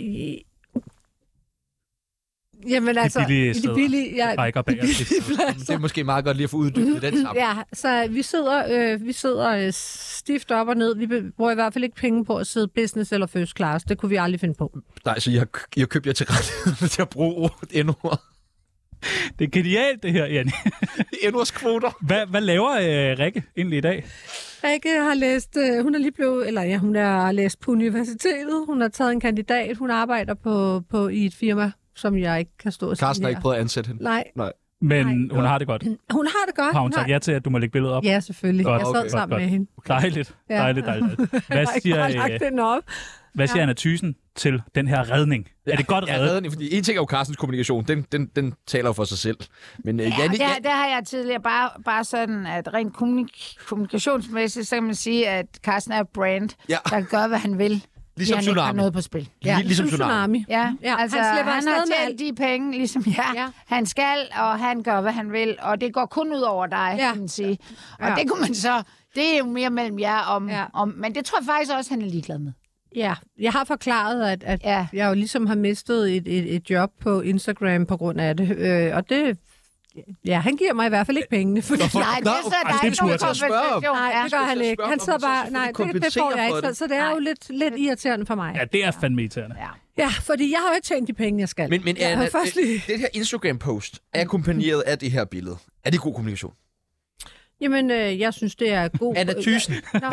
Jamen altså, de billige det er måske meget godt lige at få uddybet den sammen. Ja, så vi sidder stift op og ned. Vi bruger i hvert fald ikke penge på at sidde business eller first class. Det kunne vi aldrig finde på. Nej, så I har købt jer til ret til at bruge et N-ord. Det er genialt, det her, Janne. N-ordskvoter. Hvad laver Rikke egentlig i dag? Rikke har læst, hun har læst på universitetet. Hun har taget en kandidat. Hun arbejder i et firma, som jeg ikke kan stå og sige. Carsten har ikke prøvet at ansætte hende? Nej. Men hun har det godt? Hun har det godt. Har hun sagt ja til, at du må lægge billedet op? Ja, selvfølgelig. Godt. Jeg sad sammen med hende. Dejligt. Hvad siger Anna Thyssen til den her redning? Er det godt reddet? Redning, fordi en ting er jo Carstens kommunikation. Den taler jo for sig selv. Men, det har jeg tidligere bare sådan, at rent kommunikationsmæssigt, så kan man sige, at Carsten er brand, der kan gøre, hvad han vil. Ligesom Tsunami. Han har noget på spil. Ja, ligesom Tsunami. Ja, altså han har tjent de penge, ligesom han skal, og han gør, hvad han vil, og det går kun ud over dig, kan man sige. Og det kunne man så, det er jo mere mellem jer om, men det tror jeg faktisk også, han er ligeglad med. Ja, jeg har forklaret, at jeg jo ligesom har mistet et job på Instagram på grund af det, og det... Ja, han giver mig i hvert fald ikke pengene. Nej, det er ikke nogen kompensation. Nej, det gør han ikke. Han så bare, nej, det får jeg ikke, så det er jo lidt irriterende for mig. Ja, det er fandme irriterende. Ja, fordi jeg har jo ikke tjent de penge, jeg skal. Men Anna, det her Instagram-post er akkompagneret af det her billede. Er det god kommunikation? Jamen, jeg synes, det er god... Anna Thyssen.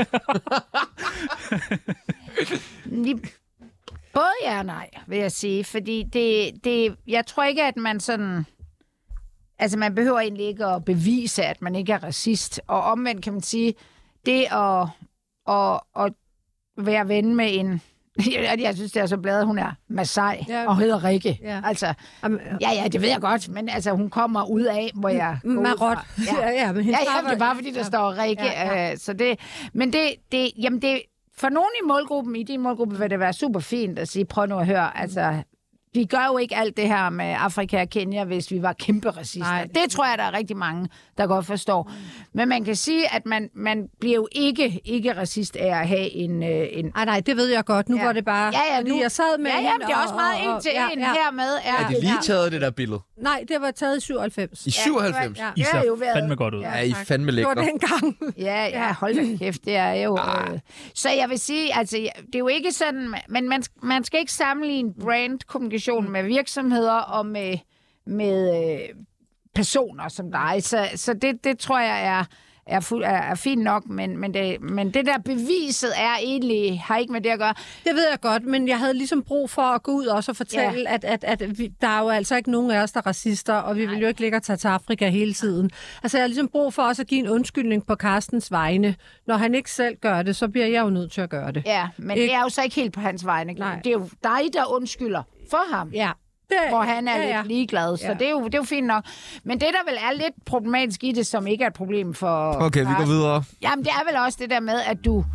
Både ja og nej, vil jeg sige. Fordi jeg tror ikke, at man sådan... Altså, man behøver egentlig ikke at bevise, at man ikke er racist. Og omvendt kan man sige, det at være ven med en... Jeg synes, det er så bladet, hun er Masai og hedder Rikke. Ja. Altså, ja, det ved jeg godt, men altså, hun kommer ud af, hvor jeg... Marot. Ja, men det er bare, fordi der står Rikke. Ja. Så det... Men jamen det... For nogen i målgruppen, i din målgruppe, vil det være super fint at sige, prøv nu at høre, altså... Vi gør jo ikke alt det her med Afrika og Kenya, hvis vi var kæmpe racister. Nej. Det tror jeg, der er rigtig mange, der godt forstår. Men man kan sige, at man bliver jo ikke racist af at have en... Nej, det ved jeg godt. Nu var det bare... Ja, nu... Jeg sad med men det er også meget en til en hermed. Er det lige taget det der billede? Nej, det var taget i 97. I 97? I ser fandme godt ud. Ja, I fandme lækre. Det var dengang. Ja, hold da kæft, det er jo... Så jeg vil sige, altså, det er jo ikke sådan... Men man skal ikke sammenligne brandkommunikation med virksomheder og med personer som dig. Så det tror jeg er fint nok, men det der beviset har ikke med det at gøre. Det ved jeg godt, men jeg havde ligesom brug for at gå ud også og fortælle, at der er jo altså ikke nogen af os, der er racister, og vi vil jo ikke ligge og tage til Afrika hele tiden. Altså jeg har ligesom brug for også at give en undskyldning på Carstens vegne. Når han ikke selv gør det, så bliver jeg jo nødt til at gøre det. Ja, men det er jo så ikke helt på hans vegne. Nej. Det er jo dig, der undskylder for ham. Ja. Hvor han er lidt ligeglad, så det er jo fint nok. Men det, der vel er lidt problematisk i det, som ikke er et problem for... Okay, vi går videre. Jamen, det er vel også det der med, at du...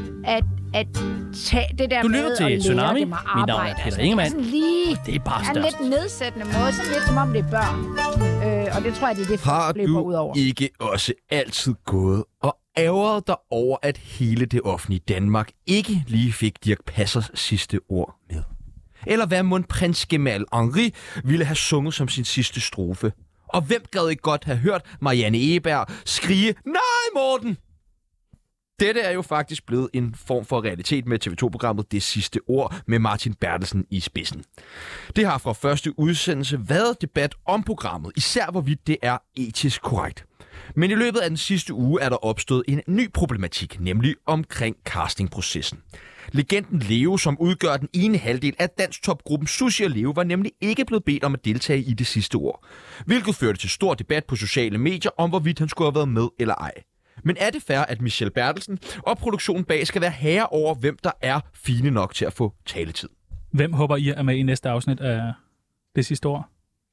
det der du lytter til Tsunami. Mit navn er Peter Ingemann. Det er bare størst. En lidt nedsættende måde, sådan lidt som om det er børn. Og det tror jeg, det er det, folk løber ud over. Har du ikke også altid gået og ærgeret dig over, at hele det offentlige Danmark ikke lige fik Dirch Passers sidste ord med? Eller hvad mon prins Gemal Henri ville have sunget som sin sidste strofe? Og hvem gad ikke godt have hørt Marianne Egeberg skrige, nej Morten! Dette er jo faktisk blevet en form for realitet med TV2-programmet Det Sidste Ord med Martin Bertelsen i spidsen. Det har fra første udsendelse været debat om programmet, især hvorvidt det er etisk korrekt. Men i løbet af den sidste uge er der opstået en ny problematik, nemlig omkring castingprocessen. Legenden Leo, som udgør den ene halvdel af danstopgruppen Sushi og Leo, var nemlig ikke blevet bedt om at deltage i Det Sidste Ord. Hvilket førte til stor debat på sociale medier om, hvorvidt han skulle have været med eller ej. Men er det fair, at Michelle Bertelsen og produktionen bag skal være herre over, hvem der er fine nok til at få taletid? Hvem håber I er med i næste afsnit af Det Sidste Ord?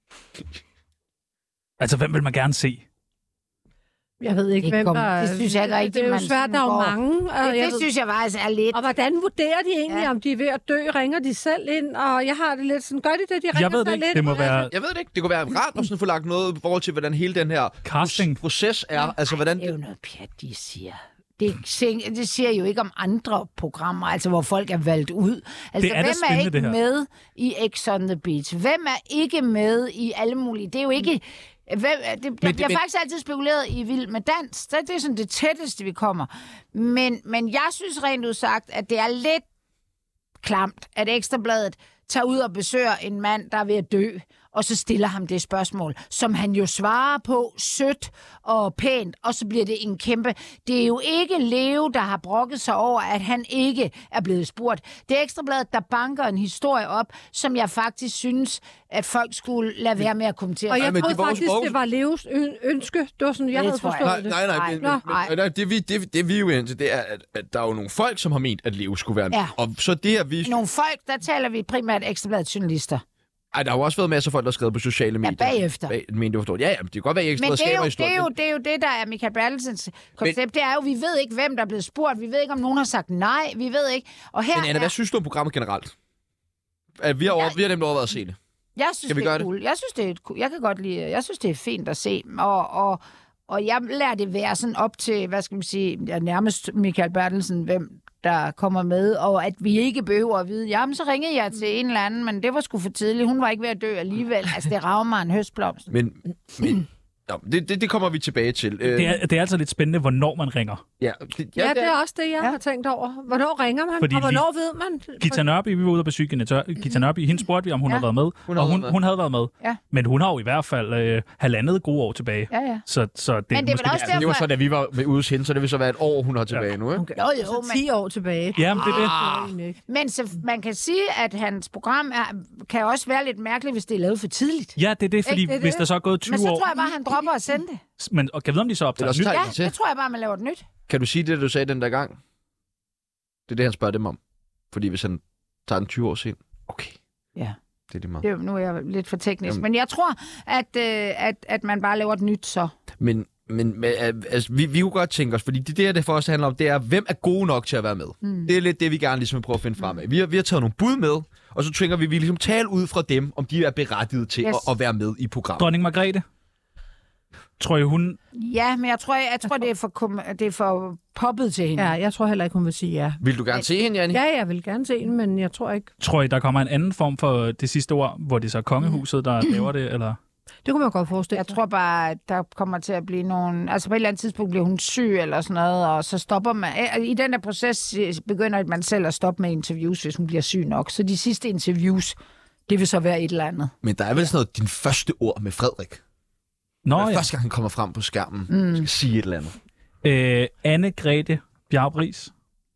Altså, hvem vil man gerne se? Jeg ved ikke, hvem der... Det synes jeg ikke rigtigt, det er jo svært, der er jo mange. Det synes jeg faktisk er lidt... Og hvordan vurderer de egentlig, om de er ved at dø? Ringer de selv ind? Og jeg har det lidt sådan... Gør de det, de ringer jeg ved det ikke. Lidt? Det må være... Jeg ved det ikke. Det kunne være rart at sådan få lagt noget i forhold til, hvordan hele den her proces er. Altså, hvordan... Det er jo noget pjat, de siger. Det siger jo ikke om andre programmer, altså hvor folk er valgt ud. Altså, hvem er ikke med i X on the Beach? Hvem er ikke med i alle mulige... Det er jo ikke... Der bliver faktisk altid spekuleret i Vild med Dans. Det er sådan det tætteste, vi kommer. Men jeg synes rent udsagt, at det er lidt klamt, at Ekstrabladet tager ud og besøger en mand, der er ved at dø, og så stiller ham det spørgsmål, som han jo svarer på sødt og pænt, og så bliver det en kæmpe... Det er jo ikke Leo, der har brokket sig over, at han ikke er blevet spurgt. Det er Ekstrabladet, der banker en historie op, som jeg faktisk synes, at folk skulle lade være med at kommentere. Og jeg troede faktisk, det var Leos ønske. Det var sådan, jeg havde forstået det. Nej. Det vi jo ind til, det er, at der er jo nogle folk, som har ment, at Leo skulle være med. Ja. Og så det her, vi... Nogle folk, der taler vi primært Ekstrabladets journalister. Ej, der har jo også været masser af folk, der har skrevet på sociale medier. Ja, bagefter. Men det kan godt være, at Ekstrabladet skaber historien. Men det er jo det, der er Michael Bertelsens koncept. Det er jo, vi ved ikke, hvem der er blevet spurgt. Vi ved ikke, om nogen har sagt nej. Vi ved ikke. Og her men Anna, hvad synes du om programmet generelt? Vi har nemt overvejet at se det. Jeg synes, det er cool. Jeg kan godt lide. Jeg synes, det er fint at se. Og jeg lader det være sådan op til, hvad skal man sige, nærmest Michael Bertelsen, hvem der kommer med, og at vi ikke behøver at vide, jamen så ringede jeg til en eller anden, men det var sgu for tidligt. Hun var ikke ved at dø alligevel. Altså, det rager mig en høstblomst. Det kommer vi tilbage til. Det er altså lidt spændende, hvornår man ringer. Ja, det er også det, jeg har tænkt over. Hvornår ringer man, fordi og hvornår ved man? Gita Nørby, vi var ude og besøge Gita Nørby. Hende spurgte vi, om hun havde været med. Hun havde været med. Ja. Men hun har jo i hvert fald halvandet gode år tilbage. Ja. Så det men det er måske det var så, da vi var med ude hos hende, så det vil så være et år, hun har tilbage nu, ikke? Okay. Jo, 10 år tilbage. Jamen, det er det. Men så man kan sige, at hans program kan også være lidt mærkeligt, hvis det er lavet for tidligt. Ja, det er det, fordi hvis der så er gået 20 år... Men så tror jeg bare, han dropper at sende det. Men kan vi vide, om de så optager nyt? Ja, det tror jeg bare, man laver et nyt. Kan du sige det, du sagde den der gang? Det er det, han spørger dem om. Fordi hvis han tager den 20 år siden... Okay. Ja. Det er det meget. Nu er jeg lidt for teknisk. Men jeg tror, at man bare laver et nyt så. Men altså, vi kunne godt tænke os, fordi det for os handler om, det er, hvem er gode nok til at være med. Det er lidt det, vi gerne ligesom prøver at finde frem af. Vi har taget nogle bud med, og så tænker vi ligesom tale ud fra dem, om de er berettiget til at være med i programmet. Dronning Margrethe? Tror jeg, hun... Ja, men jeg tror det er for poppet til hende. Ja, jeg tror heller ikke, hun vil sige ja. Vil du gerne se hende, Janni? Ja, jeg vil gerne se hende, men jeg tror ikke... Tror I, der kommer en anden form for det sidste ord, hvor det så er kongehuset, der laver det, eller... Det kunne man godt forestille. Jeg tror bare, at der kommer til at blive nogen... Altså på et eller andet tidspunkt bliver hun syg eller sådan noget, og så stopper man... I den der proces begynder man selv at stoppe med interviews, hvis hun bliver syg nok. Så de sidste interviews, det vil så være et eller andet. Men der er vel sådan noget, din første ord med Frederik. Første gang han kommer frem på skærmen, skal sige et eller andet. Anne-Grethe Bjarup-Riis.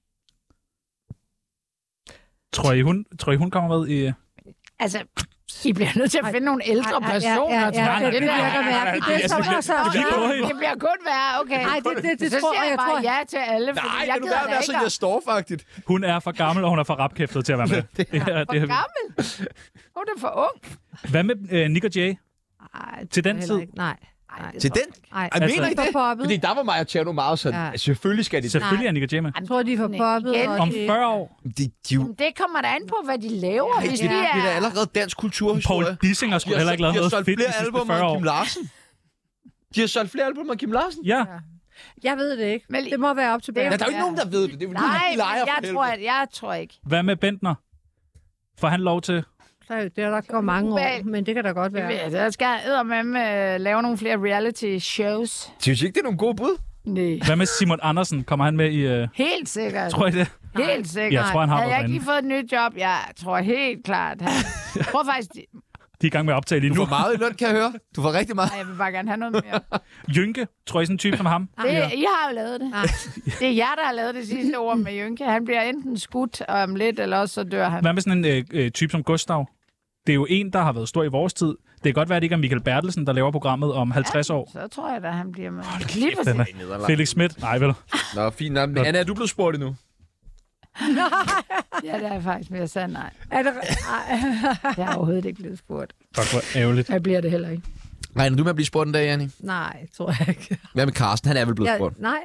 Tror I, hun kommer med i... Altså, I bliver nødt til at finde nogle ældre personer. Det virker mærkeligt. Det bliver kun værre, okay. Nej, det så tror jeg bare ja til alle. Nej, jeg det er være så, jeg står faktisk. Hun er for gammel, og hun er for rapkæftet til at være med. For gammel? Hun er for ung. Hvad med Nick og Jay? Til den tid? Nej. Til den? Nej, mener I det? Fordi der var mig og Tjerno meget sådan. Ja. Selvfølgelig skal de... Selvfølgelig er Nick og Jay med. Jeg tror, de er for poppet. Om 40 år? Det kommer der an på, hvad de laver. Det er da allerede dansk kulturhistorie. Paul Dissinger skulle heller ikke lave noget fedt de sidste 40 år. Kim Larsen. De har solgt flere albumer end Kim Larsen? Ja. Jeg ved det ikke. Det må være op til Bentner. Der er jo ikke nogen, der ved det. Det er nej, jeg tror ikke. Hvad med Bentner? Får han lov til... Det er der går mange år, men det kan da godt være. Der skal jeg lave nogle flere reality shows. Synes I ikke, det er nogle gode bud? Nej. Hvad med Simon Andersen? Kommer han med i... Helt sikkert. Tror I det? Helt sikkert. Jeg tror, han har havde jeg ikke lige fået et nyt job? Jeg tror helt klart. Jeg tror faktisk... De er i gang med at optage lige nu. Du får meget i løn, kan jeg høre. Du får rigtig meget. Nej, jeg vil bare gerne have noget mere. Jynke, tror I sådan en type som ham? I har jo lavet det. Det er jer, der har lavet det sidste ord med Jynke. Han bliver enten skudt om lidt, eller også så dør han. Hvad med sådan en type som Gustav? Det er jo en, der har været stor i vores tid. Det kan godt være, at det ikke er Michael Bertelsen, der laver programmet om 50 år. Så tror jeg da, han bliver med. Lige Felix Schmidt? Nej, vel? Nå, fint. Men Anna, er du blevet spurgt endnu? Ja, det er faktisk mere sandt, nej. Er det... Jeg er overhovedet ikke blevet spurgt. Fuck, hvor ærgerligt. Jeg bliver det heller ikke. Regner du med at blive spurgt en dag, Janni? Nej, tror jeg ikke. Hvad med Carsten? Han er vel blevet spurgt? Nej.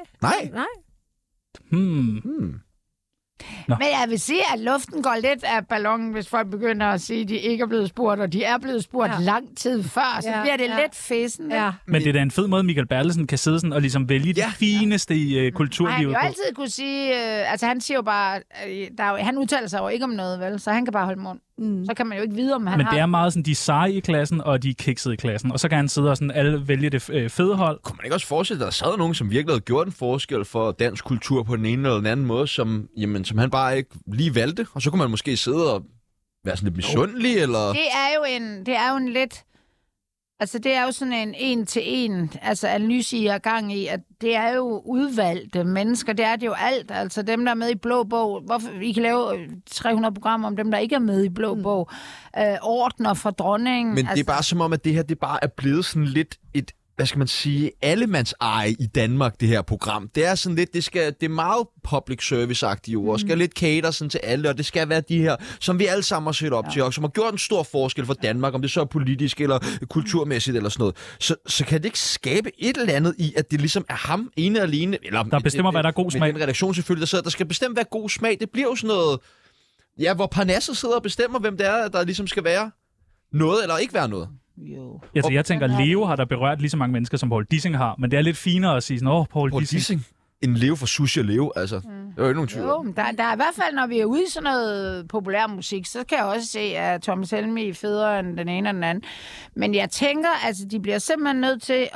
Men jeg vil sige, at luften går lidt af ballonen, hvis folk begynder at sige, at de ikke er blevet spurgt, og de er blevet spurgt lang tid før, så bliver det lidt fæsen. Ja. Men det er da en fed måde, Michael Bertelsen kan sidde sådan og ligesom vælge det fineste i kulturlivet. Han kan jo altid kunne sige, altså han siger jo bare, han udtaler sig jo ikke om noget, vel, så han kan bare holde mund. Så kan man jo ikke vide, om han Men det er meget sådan, de er seje i klassen, og de er kiksede i klassen. Og så kan han sidde og sådan alle vælge det fede hold. Kunne man ikke også forestille, at der sad nogen, som virkelig havde gjort en forskel for dansk kultur på den ene eller den anden måde, som han bare ikke lige valgte? Og så kunne man måske sidde og være sådan lidt misundelig, eller... Det er jo en lidt... Altså, det er jo sådan en til en, altså analyse, I er gang i, at det er jo udvalgte mennesker, det er det jo alt. Altså dem, der er med i Blå Bog, hvorfor I kan lave 300 programmer om dem, der ikke er med i Blå Bog. Ordner for dronningen. Men det er bare som om, at det her, det bare er blevet sådan lidt et, hvad skal man sige, allemands eje i Danmark, det her program. Det er sådan lidt, det er meget public service-agtigt ord, skal lidt cater sådan til alle, og det skal være de her, som vi alle sammen har set op til, og som har gjort en stor forskel for Danmark, om det så er politisk eller kulturmæssigt eller sådan noget. Så kan det ikke skabe et eller andet i, at det ligesom er ham ene og alene, eller der bestemmer, hvad der er god smag. En redaktion selvfølgelig, der sidder, der skal bestemme, hvad god smag. Det bliver jo sådan noget, ja, hvor Parnasset sidder og bestemmer, hvem det er, der ligesom skal være noget eller ikke være noget. Jo. Altså, jeg tænker, Leo har der berørt lige så mange mennesker, som Paul Dissing har, men det er lidt finere at sige sådan, Paul Dissing. En Leo for Sushi og Leo, altså. Det er jo ikke nogen tvivl. Jo, der er i hvert fald, når vi er ude i sådan noget populær musik, så kan jeg også se, at Thomas Helmig er federe end den ene og den anden. Men jeg tænker, altså, de bliver simpelthen nødt til at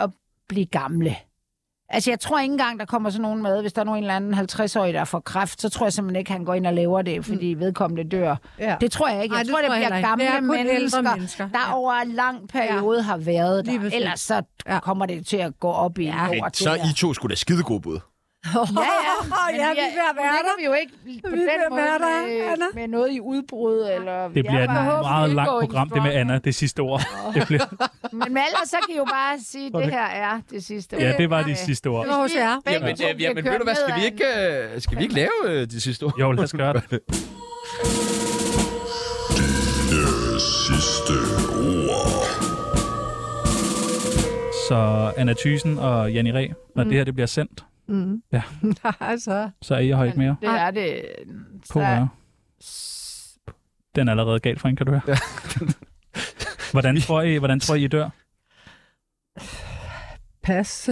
blive gamle. Altså, jeg tror ikke engang, der kommer sådan nogen med. Hvis der er nogen eller anden 50-årig, der får kræft, så tror jeg simpelthen ikke, han går ind og laver det, fordi vedkommende dør. Ja. Det tror jeg ikke. Jeg tror, det bliver gamle mennesker, der over en lang periode har været der. Ellers så kommer det til at gå op i en år. Så I to skulle da skide gode bud. Ja, vi er jo ikke på den måde med noget i udbrud. Eller, det bliver et meget langt program, det med Anna, det sidste ord. Det bliver... Men ellers så kan I jo bare sige, at det her er det sidste ord. Ja, det var de sidste ord. Jamen ved du hvad, skal vi ikke lave de sidste ord? Jo, lad os gøre det. Det sidste ord. Så Anna Thyssen og Janni Ræ, når det her det bliver sendt, ja. Så er I højt mere. Det er det. Den er allerede galt, Frank, kan du høre? Ja. Hvordan tror I dør? Pas.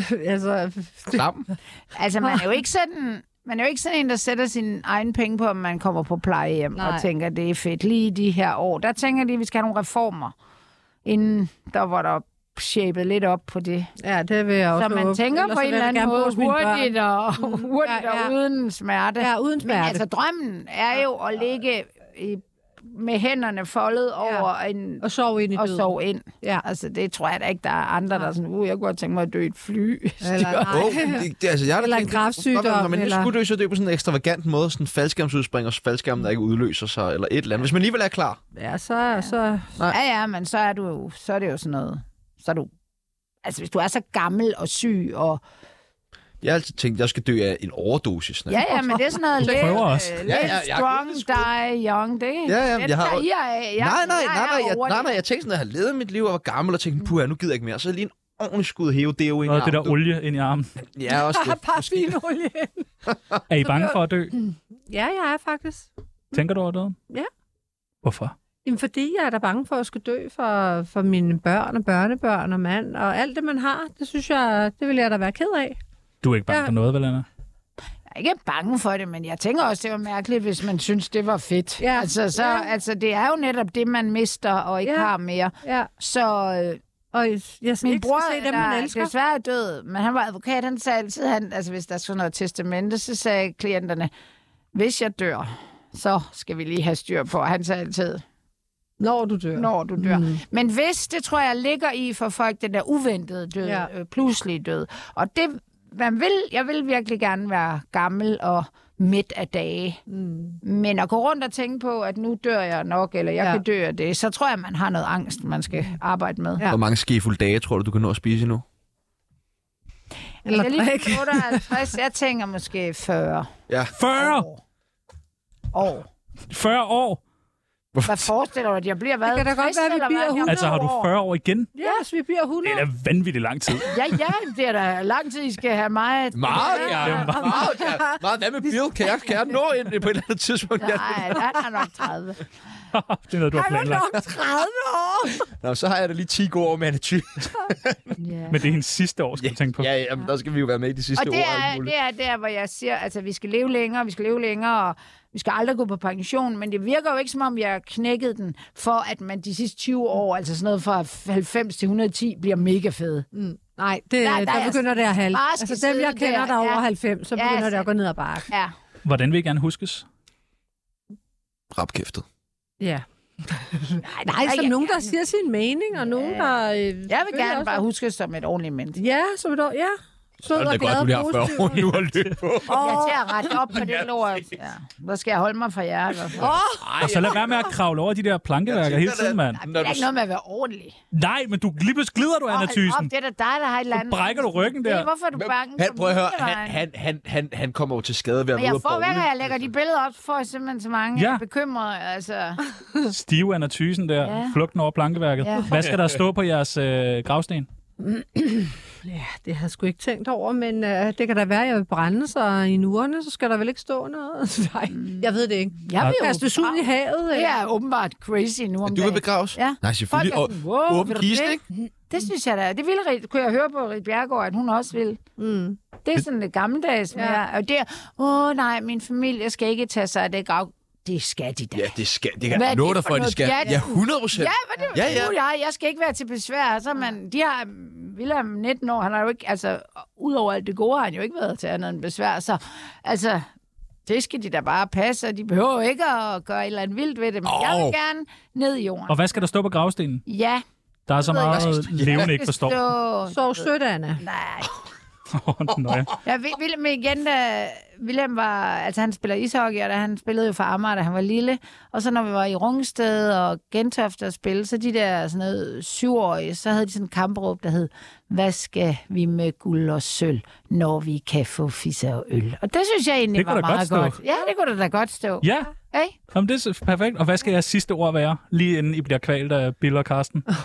Altså, man er jo ikke sådan en, der sætter sin egen penge på, om man kommer på plejehjem og tænker, det er fedt. Lige de her år, der tænker de, at vi skal have nogle reformer, inden der var der shapet lidt op på det. Ja, det vil jeg også. Så man tænker på en eller anden måde hurtigt og uden smerte. Ja, uden smerte. Men altså, drømmen er jo at ligge med hænderne foldet over og sove ind i døden. Og sove ind. Ja. Altså, det tror jeg da ikke, der er andre, der er sådan, jeg kunne godt tænke mig at dø i et fly. Eller en kræftsygdom. Når man skulle dø, så dø på sådan en ekstravagant måde, sådan en faldskærmsudspring, og faldskærmen, der ikke udløser sig, eller et eller andet. Hvis man alligevel er klar. Ja, så... Ja, men så er det jo sådan noget. Så er du... Altså, hvis du er så gammel og syg og... Jeg har altid tænkt, at jeg skal dø af en overdosis. Ja, men det er sådan noget live strong, die young. Det jeg har... Nej, jeg tænkte sådan, at jeg har levet mit liv og var gammel, og tænkte, puha, nu gider jeg ikke mere. Så er lige en ordentlig skud hæve deo ind i armen. Og det der olie ind i armen. Ja, også det. Paraffinolie. Er I bange for at dø? Ja, jeg er faktisk. Tænker du over døden? Ja. Hvorfor? Jamen, fordi jeg er da bange for at skulle dø for mine børn og børnebørn og mand, og alt det, man har, det synes jeg, det vil jeg da være ked af. Du er ikke bange for noget, vel, Anna? Jeg er ikke bange for det, men jeg tænker også, det var mærkeligt, hvis man synes, det var fedt. Ja. Altså, det er jo netop det, man mister og ikke har mere. Ja. Så... Og jeg min bror, der desværre er død, men han var advokat, han sagde altid, altså hvis der er sådan noget testamente, så sagde klienterne, hvis jeg dør, så skal vi lige have styr på. Han sagde altid... Når du dør. Men hvis, det tror jeg ligger i for folk, den der uventede død, pludselige død. Og det, jeg vil virkelig gerne være gammel og midt af dage. Men at gå rundt og tænke på, at nu dør jeg nok, eller jeg kan dø af det, så tror jeg, man har noget angst, man skal arbejde med. Hvor mange skefulde dage tror du kan nå at spise endnu? Eller jeg er lige 58, jeg tænker måske 40. Ja. 40 år. 40 år? Hvad forestiller du, at jeg bliver været? Det kan da godt være, at vi bliver 100 Altså, har du 40 år igen? Ja, så vi bliver 100. Det er da vanvittigt lang tid. Ja, det er da lang tid, I skal have mig. Meget. Hvad med Bill? Kan jeg nå ind på et eller andet tidspunkt? Nej, han er nok 30. Det er noget, du har planlagt. Han er nok 30 år. Nå, så har jeg da lige 10 gode år med Anna Thyssen. Men det er hendes sidste år, skal du tænke på. Ja, der skal vi jo være med i de sidste år. Og det er der, hvor jeg siger, altså, vi skal leve længere, og vi skal aldrig gå på pension, men det virker jo ikke, som om jeg har knækket den, for at man de sidste 20 år, altså sådan noget fra 90 til 110, bliver mega fede. Nej, der begynder det at halve. Altså dem, jeg kender, der er over 90, så begynder det at gå ned ad bakke. Ja. Hvordan vil I gerne huskes? Rapkæftet. Ja. Nej, som nogen, der siger sin mening, og nogen, der... Jeg vil gerne bare huskes som et ordentligt menneske. Ja, som et ja. Så det er godt, du lige har 40 år nu at løbe på. Jeg er til at rette op på det lort. Ja. Der skal jeg holde mig fra jer. Og så lad være med at kravle over de der plankeværker hele tiden, mand. Det er ikke noget med at være ordentlig. Nej, men lige pludselig glider du, Anna Thyssen. Det er da dig, der har et eller andet. Så brækker du ryggen der. Hvorfor er du bange? Prøv at høre, han kommer jo til skade ved at møde på. Jeg får hver jeg lægger de billeder op, får jeg simpelthen så mange bekymrede. Altså. Stive Anna Thyssen der, flugten over plankeværket. Hvad skal der stå på jeres gravsten? Ja, det har jeg sgu ikke tænkt over, men det kan da være, at jeg vil brænde sig i urne, så skal der vel ikke stå noget. Nej, jeg ved det ikke. Jeg vil jo kastes ud i havet. Det er åbenbart crazy nu om dagen. Du vil begraves? Ja. Nej, selvfølgelig. Og åben kiste, ikke? Det synes jeg da. Det ville kunne jeg høre på Rit Bjerregaard, at hun også vil. Det er sådan det gammeldags mere. Og det nej, min familie skal ikke tage sig af det grav. Det skal de da. Ja, det skal. Det kan jeg nå dig for, at de skal. Ja, 100%. Ja, jeg skal ikke være til besvær. Så de har William 19 år, han har jo ikke, altså, udover alt det gode, har han jo ikke været til andet end besvær, så altså, det skal de da bare passe, og de behøver ikke at gøre et eller andet vildt ved det, men jeg vil gerne ned i jorden. Og hvad skal der stå på gravstenen? Ja. Der er så meget levende ikke forstår. Sov sødt, Anna. Nej. Ja, William igen, da William var, altså han spiller ishockey, og han spillede jo for Amager, da han var lille. Og så når vi var i Rungsted og Gentofte og spille, så de der sådan noget 7-årige, så havde de sådan en kampråb, der hed, hvad skal vi med guld og sølv, når vi kan få fisser og øl? Og det synes jeg egentlig var meget godt. Ja, det kunne da godt stå. Ja, hey? Jamen, det er perfekt. Og hvad skal jeres sidste ord være, lige inden I bliver kvalt af Bill og Karsten? Jeg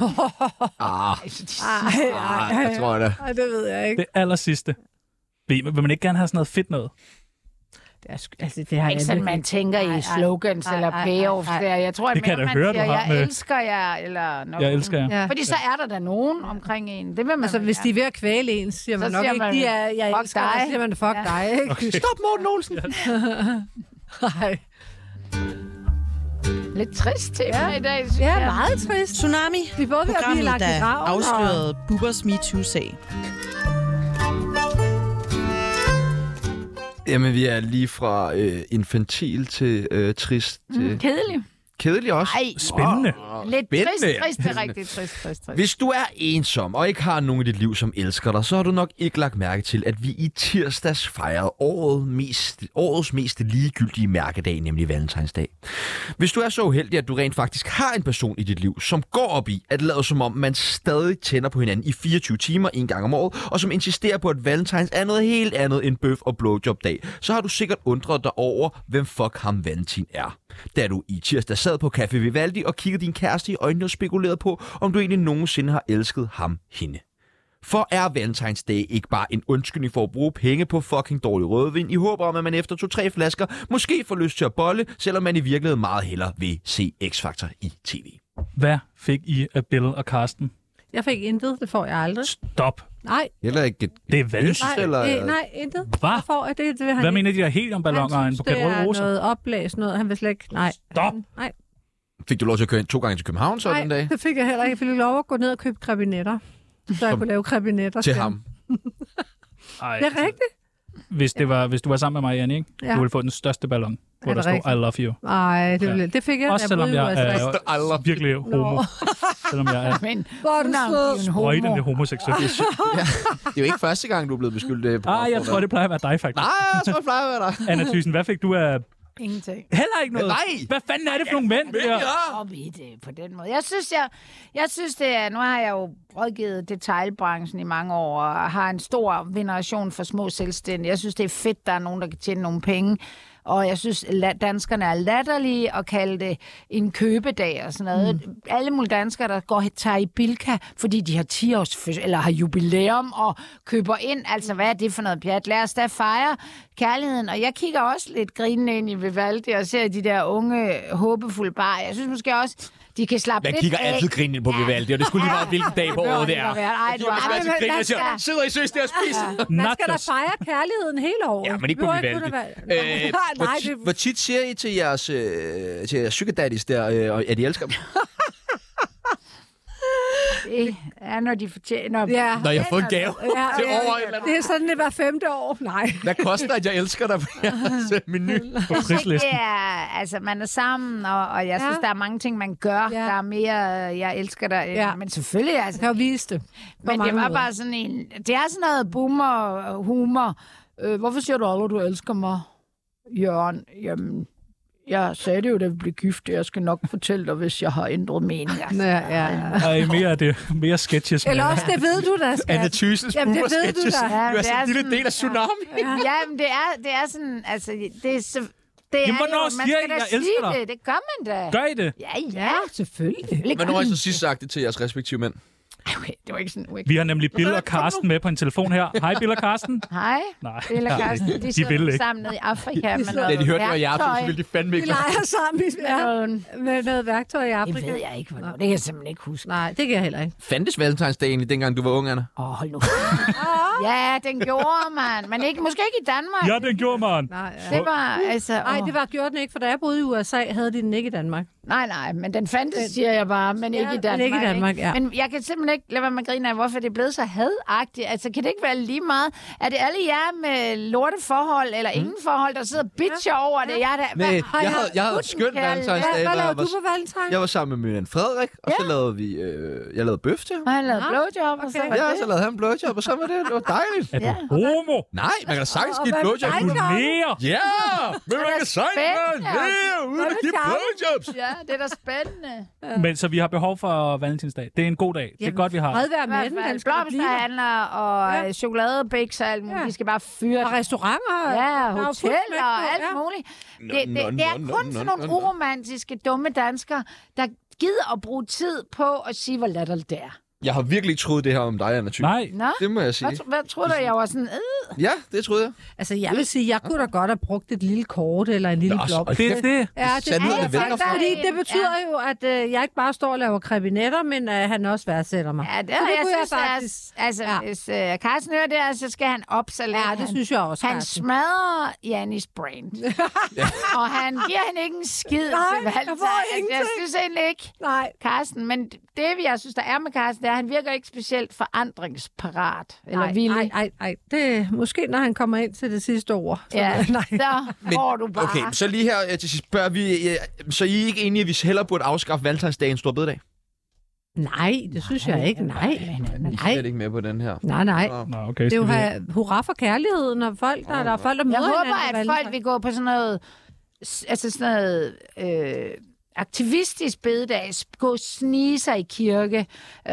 tror det. Nej, det ved jeg ikke. Det aller sidste. Vil man ikke gerne have sådan noget fedt noget? Det har ikke sådan, man tænker i slogans eller payoffs der. Jeg tror, at man siger, jeg elsker jer, eller noget. Jeg elsker jer. Ja. Fordi så er der nogen omkring en. Det vil man altså, hvis de er ved at kvæle en, siger man nok ikke, jeg elsker dig. Så siger man, fuck dig. Ikke? Okay. Stop, Morten Olsen! Nej. Lidt trist tema i dag, synes jeg. Ja, meget trist. Tsunami, vi både programmet, lagt der afslørede Bubbers MeToo-sag. Jamen, vi er lige fra infantil til trist. Kedelig. Kedelig også. Ej. Spændende. Lidt trist, det er rigtigt trist. Hvis du er ensom og ikke har nogen i dit liv, som elsker dig, så har du nok ikke lagt mærke til, at vi i tirsdags fejrede årets mest ligegyldige mærkedag, nemlig Valentinsdag. Hvis du er så uheldig, at du rent faktisk har en person i dit liv, som går op i at lade som om, man stadig tænder på hinanden i 24 timer en gang om året, og som insisterer på, at Valentines er noget helt andet end bøf- og blowjob-dag, så har du sikkert undret dig over, hvem fuck ham Valentin er. Da du i tirsdag sad på Café Vivaldi og kiggede din kæreste i øjnene og spekulerede på, om du egentlig nogensinde har elsket ham hende. For er Valentine's Day ikke bare en undskyldning for at bruge penge på fucking dårlig rødvin, i håb om, at man efter 2-3 flasker måske får lyst til at bolle, selvom man i virkeligheden meget hellere vil se X-Factor i tv? Hvad fik I af Bill og Karsten? Jeg fik intet, det får jeg aldrig. Stop. Nej. Heller ikke det er valgt. Nej, intet. Hvad? Hvad mener de der heliumballoner og en buket røde roser? Han synes, det er noget oplæst, noget. Han vil slet ikke... Nej. Stop. Nej. Fik du lov til at køre ind 2 gange til København så den dag? Nej, det fik jeg heller ikke. Jeg fik lov at gå ned og købe krebinetter. Så jeg kunne lave krebinetter. Til ham? Ej, det er rigtigt. Hvis du var sammen med mig, Janne, ikke? Ja. Du ville få den største ballon, hvor der står I love you. Nej, det fik jeg. Også selvom jeg er virkelig homo. Selvom jeg er sprøjtende homoseksuel. Det er jo ikke første gang, du er blevet beskyldt. Jeg tror, det plejer at være dig, faktisk. Nej, jeg tror, det plejer at være dig. Anna Thyssen, hvad fik du af... Ingenting. Heller ikke noget? Nej. Hvad fanden er det for nogle mænd? Op i det på den måde. Jeg synes det er... Nu har jeg jo rådgivet detailbranchen i mange år, og har en stor veneration for små selvstændige. Jeg synes, det er fedt, der er nogen, der kan tjene nogle penge. Og jeg synes, danskerne er latterlige at kalde det en købedag og sådan noget. Alle mulige danskere, der tager i Bilka, fordi de har 10 års eller har jubilæum og køber ind. Altså, hvad er det for noget pjat? Lad os da fejre kærligheden. Og jeg kigger også lidt grinende ind i Vivaldi og ser de der unge, håbefulde barer. Jeg synes måske også, de kan slappe lidt af. Man kigger altid grinende på Vivaldi, og det skulle lige meget, hvilken dag på året det er. Nej, du har altid grine og siger, sidder I søs der og spiser. Man skal da fejre kærligheden hele året. Ja, men ikke på Vivaldi. Hvor tit siger I til jeres sugar daddies der, at de elsker dem? Det er, når de fortjener... Ja. Når jeg får en gave til over et eller andet. Det er sådan, det var 5. år. Nej. Hvad koster, at jeg elsker dig på jeres menu på prislisten? Altså, man er sammen, og jeg synes, der er mange ting, man gør. Der er mere, jeg elsker dig. Ja. Men selvfølgelig... Altså, jeg har vist det. Men det var bare sådan en... Det er sådan noget boomer-humor. Hvorfor siger du aldrig, du elsker mig, Jørgen? Jamen... Jeg sagde det jo, da vi blev gift. Jeg skal nok fortælle dig, hvis jeg har ændret mening. Ja. Mere sketches. Eller også, det ved du da, skat. Anna Thysens boomer-sketches. Du er sådan en lille del af Tsunami. Ja, men det er sådan... Altså, det er så... Jamen, hvornår siger I, jeg elsker dig? Det gør man da. Gør I det? Ja, selvfølgelig. Men nu har I så sidst sagt det til jeres respektive mænd. Okay, det var ikke sådan... Vi har nemlig Bill og Karsten med på en telefon her. Hej, Bill og Karsten. Hej. Nej. Bill og Karsten, de sidder sammen nede i Afrika med noget værktøj. De hørte, at jeg så ville de fandme ikke. Vi leger sammen med noget værktøj i Afrika. Det ved jeg ikke, hvornår. Det kan jeg simpelthen ikke huske. Nej, det kan jeg heller ikke. Fandtes Valentinsdag egentlig, dengang du var ung, Anna? Hold nu. Ja, den gjorde man. Men måske ikke i Danmark. Ja, den gjorde man. Nej, Det var altså... Nej, det var gjort den ikke, for da jeg boede i USA, havde de den ikke i Danmark. Nej, men den fandtes, siger jeg bare, men ikke i Danmark. Men ikke i Danmark, ja. Men jeg kan simpelthen ikke lade være med at grine af, hvorfor det er blevet så hadagtigt. Altså, kan det ikke være lige meget? Er det alle jer med lorteforhold eller ingen forhold, der sidder og bitcher over det? Jeg havde et skønt valentinsdag. Hvad lavede du på valentine? Jeg var sammen med min ven Frederik, og så lavede vi... jeg lavede bøf til ham. Og han lavede blowjob, og så var det. Så lavede han blowjob, og så var det. Det var dejligt. Er du homo? Nej, man kan da sagtens give et blowjob. Mere? Ja, men man kan sagtens mere uden at give blowjobs. Ja, det er da spændende. Men så vi har behov for valentinsdag. Det er en god dag. Det er godt, vi har. Fred være med den. Den skal blive. Blomsterhandler og chokoladebæks og alt muligt. De skal bare fyre. Og restauranter. Ja, hoteller og alt muligt. Det er kun sådan nogle uromantiske, dumme danskere, der gider at bruge tid på at sige, hvor latterligt det er. Jeg har virkelig ikke troet det her om dig, Anna Thy. Nej. Nå? Det må jeg sige. Hvad troede du, jeg var sådan... Ja, det troede jeg. Altså, jeg vil sige, jeg kunne da godt have brugt et lille kort eller en lille blok. Det er det. Ja, Sandheden vækker fra. Fordi det betyder jo, at jeg ikke bare står og laver krebinetter, men at han også værdsætter mig. Ja, det jeg synes faktisk... Altså, hvis Carsten hører det, så skal han opsalere. Ja, det synes jeg også. Han smadrer Jannis brain. Og han giver hende ikke en skid til valgtag. Jeg synes egentlig ikke, Carsten. Men det, jeg synes, der er med Carsten, det er, at han virker ikke specielt forandringsparat. Eller villig. Nej. Det er måske, når han kommer ind til det sidste ord. Ja, så får du bare. Okay, så lige her til sidst spørger vi... Så I er ikke enige, at vi hellere burde afskaffe valentinsdagen stor bededag? Nej, det synes jeg ikke. Nej. Jeg er ikke med på den her. Nej. Nå, okay, det er jo hurra for kærligheden, og folk, der er folk, der møder hinanden. Jeg håber, at folk vil gå på sådan noget... Altså sådan noget... aktivistisk bededag, gå snige sig i kirke,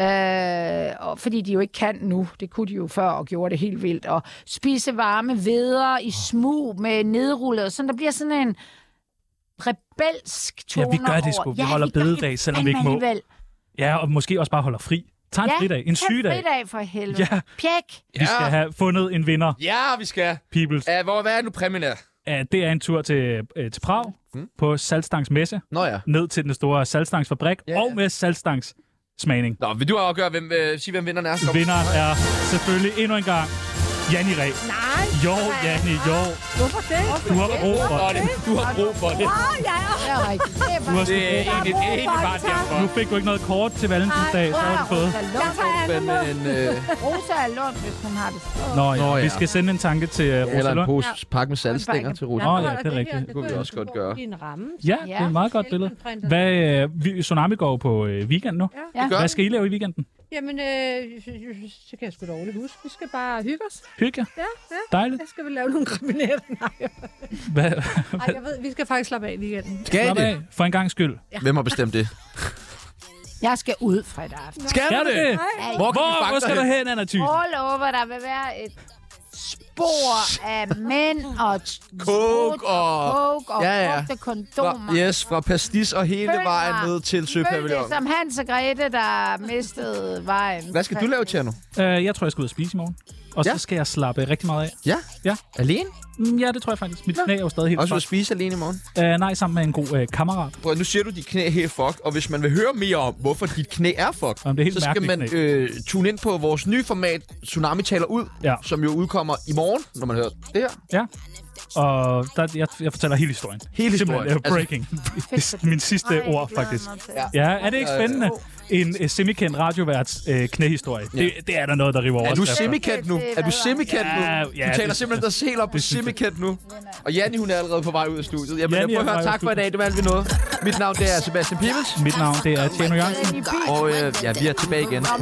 fordi de jo ikke kan nu. Det kunne de jo før og gjorde det helt vildt. Og spise varme hveder i smug med nedrullet, sådan der bliver sådan en rebelsk tone over. Ja, vi gør det sgu. Vi holder bededag, selvom vi ikke må. Ja, og måske også bare holder fri. Tag en fridag. En sygedag. En fridag for helvede. Ja. Pjek. Vi skal have fundet en vinder. Ja, vi skal. Peoples. Hvad er nu præmien er? Det er en tur til Prag på Saltstangs Messe. Nå ja. Ned til den store saltstangsfabrik og med saltstangs smagning. Nå, vil du afgøre, hvem vinderen er? Kom. Vinderen er selvfølgelig endnu en gang Janni Ræ. Nej. Jo, Janni, jo. Hvorfor det? Du har brug for det. Du har brug for det. Det er rigtigt. Det er egentlig bare derfor. Nu fik du ikke noget kort til valentinsdag, så har du fået. Rosa er lund, hvis hun har det. Nå ja, vi skal sende en tanke til Rosa Eller en Lund. pose pakke med saltstænger til Rosa. Nå ja, det er rigtigt. Det kunne vi også godt gøre. Ja, det er et meget godt billede. Tsunami går på weekend nu. Hvad skal I lave i weekenden? Jamen, det kan jeg sgu dårligt huske. Vi skal bare hygge os. Hygge? Ja. Dejligt. Jeg skal vel lave nogle krebinetter. Hvad? Ej, jeg ved, vi skal faktisk slappe af i weekenden. Skal I det? For en gang skyld. Ja. Hvem har bestemt det? Jeg skal ud fredag aften. Skal du det? Hvor skal du hen, Anna Thy? All over, der vil være et spor af mænd og coke og brugte kondomer. Yes, fra pastis og hele vejen ned til Søpavillon. Som Hans og Grete, der mistede vejen. Hvad skal du lave, Tjerno? Jeg tror, jeg skal ud og spise i morgen. Og så skal jeg slappe rigtig meget af. Ja? Alene? Ja, det tror jeg faktisk. Mit knæ er jo stadig helt også vil spise alene i morgen? Nej, sammen med en god kammerat. Prøv, nu siger du, dit knæ er helt fucked, og hvis man vil høre mere om, hvorfor dit knæ er fucked, så skal man tune ind på vores nye format, Tsunami taler ud, som jo udkommer i morgen, når man hører det her. Ja. Og jeg fortæller hele historien. Hele historien. Breaking. Min sidste ord, faktisk. Ja, er det ikke spændende? En semikendt radioværts knæhistorie. Det er der noget, der river over. Er du semikendt nu? Du taler simpelthen dig helt op på semikendt nu. Og Janni, hun er allerede på vej ud af studiet. Jeg prøver at høre tak for i dag. Det var alt, vi nåede. Mit navn, det er Sebastian Pibels. Mit navn, det er Tjerno Jørgensen. Og vi er tilbage igen på...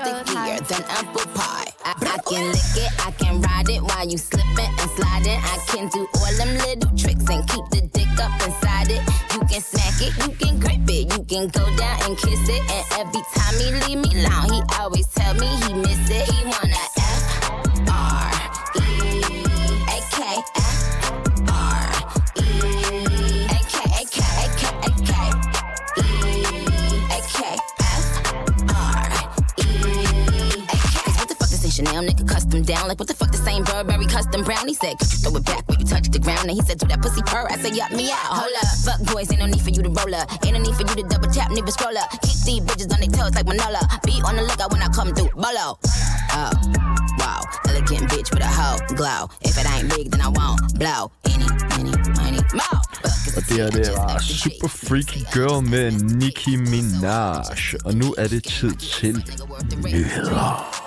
I can lick it, I can ride it while you slipping and sliding. I can do all them little tricks and keep the dick up inside it. You can smack it, you can grip it, you can go down and kiss it. And every time he leave me alone, he always tell me he miss it. He wanna F-R-E-A-K, Chanel nigga custom down. Like what the fuck the same Burberry custom brown? He said, could you throw it back when you touch the ground? And he said, do that pussy purr. I said, yup, me out. Hold up. Fuck boys, ain't no need for you to roll up. Ain't no need for you to double tap, nigga scroll up. Keep these bitches on their toes like Manola. Be on the lookout when I come through. Bolo. Oh, wow. elegant bitch with a hoe glow. If it ain't big, then I won't blow. Any, money, more. Og det var Super Freaky Girl med Nicki Minaj. Og nu er det tid til nyheder.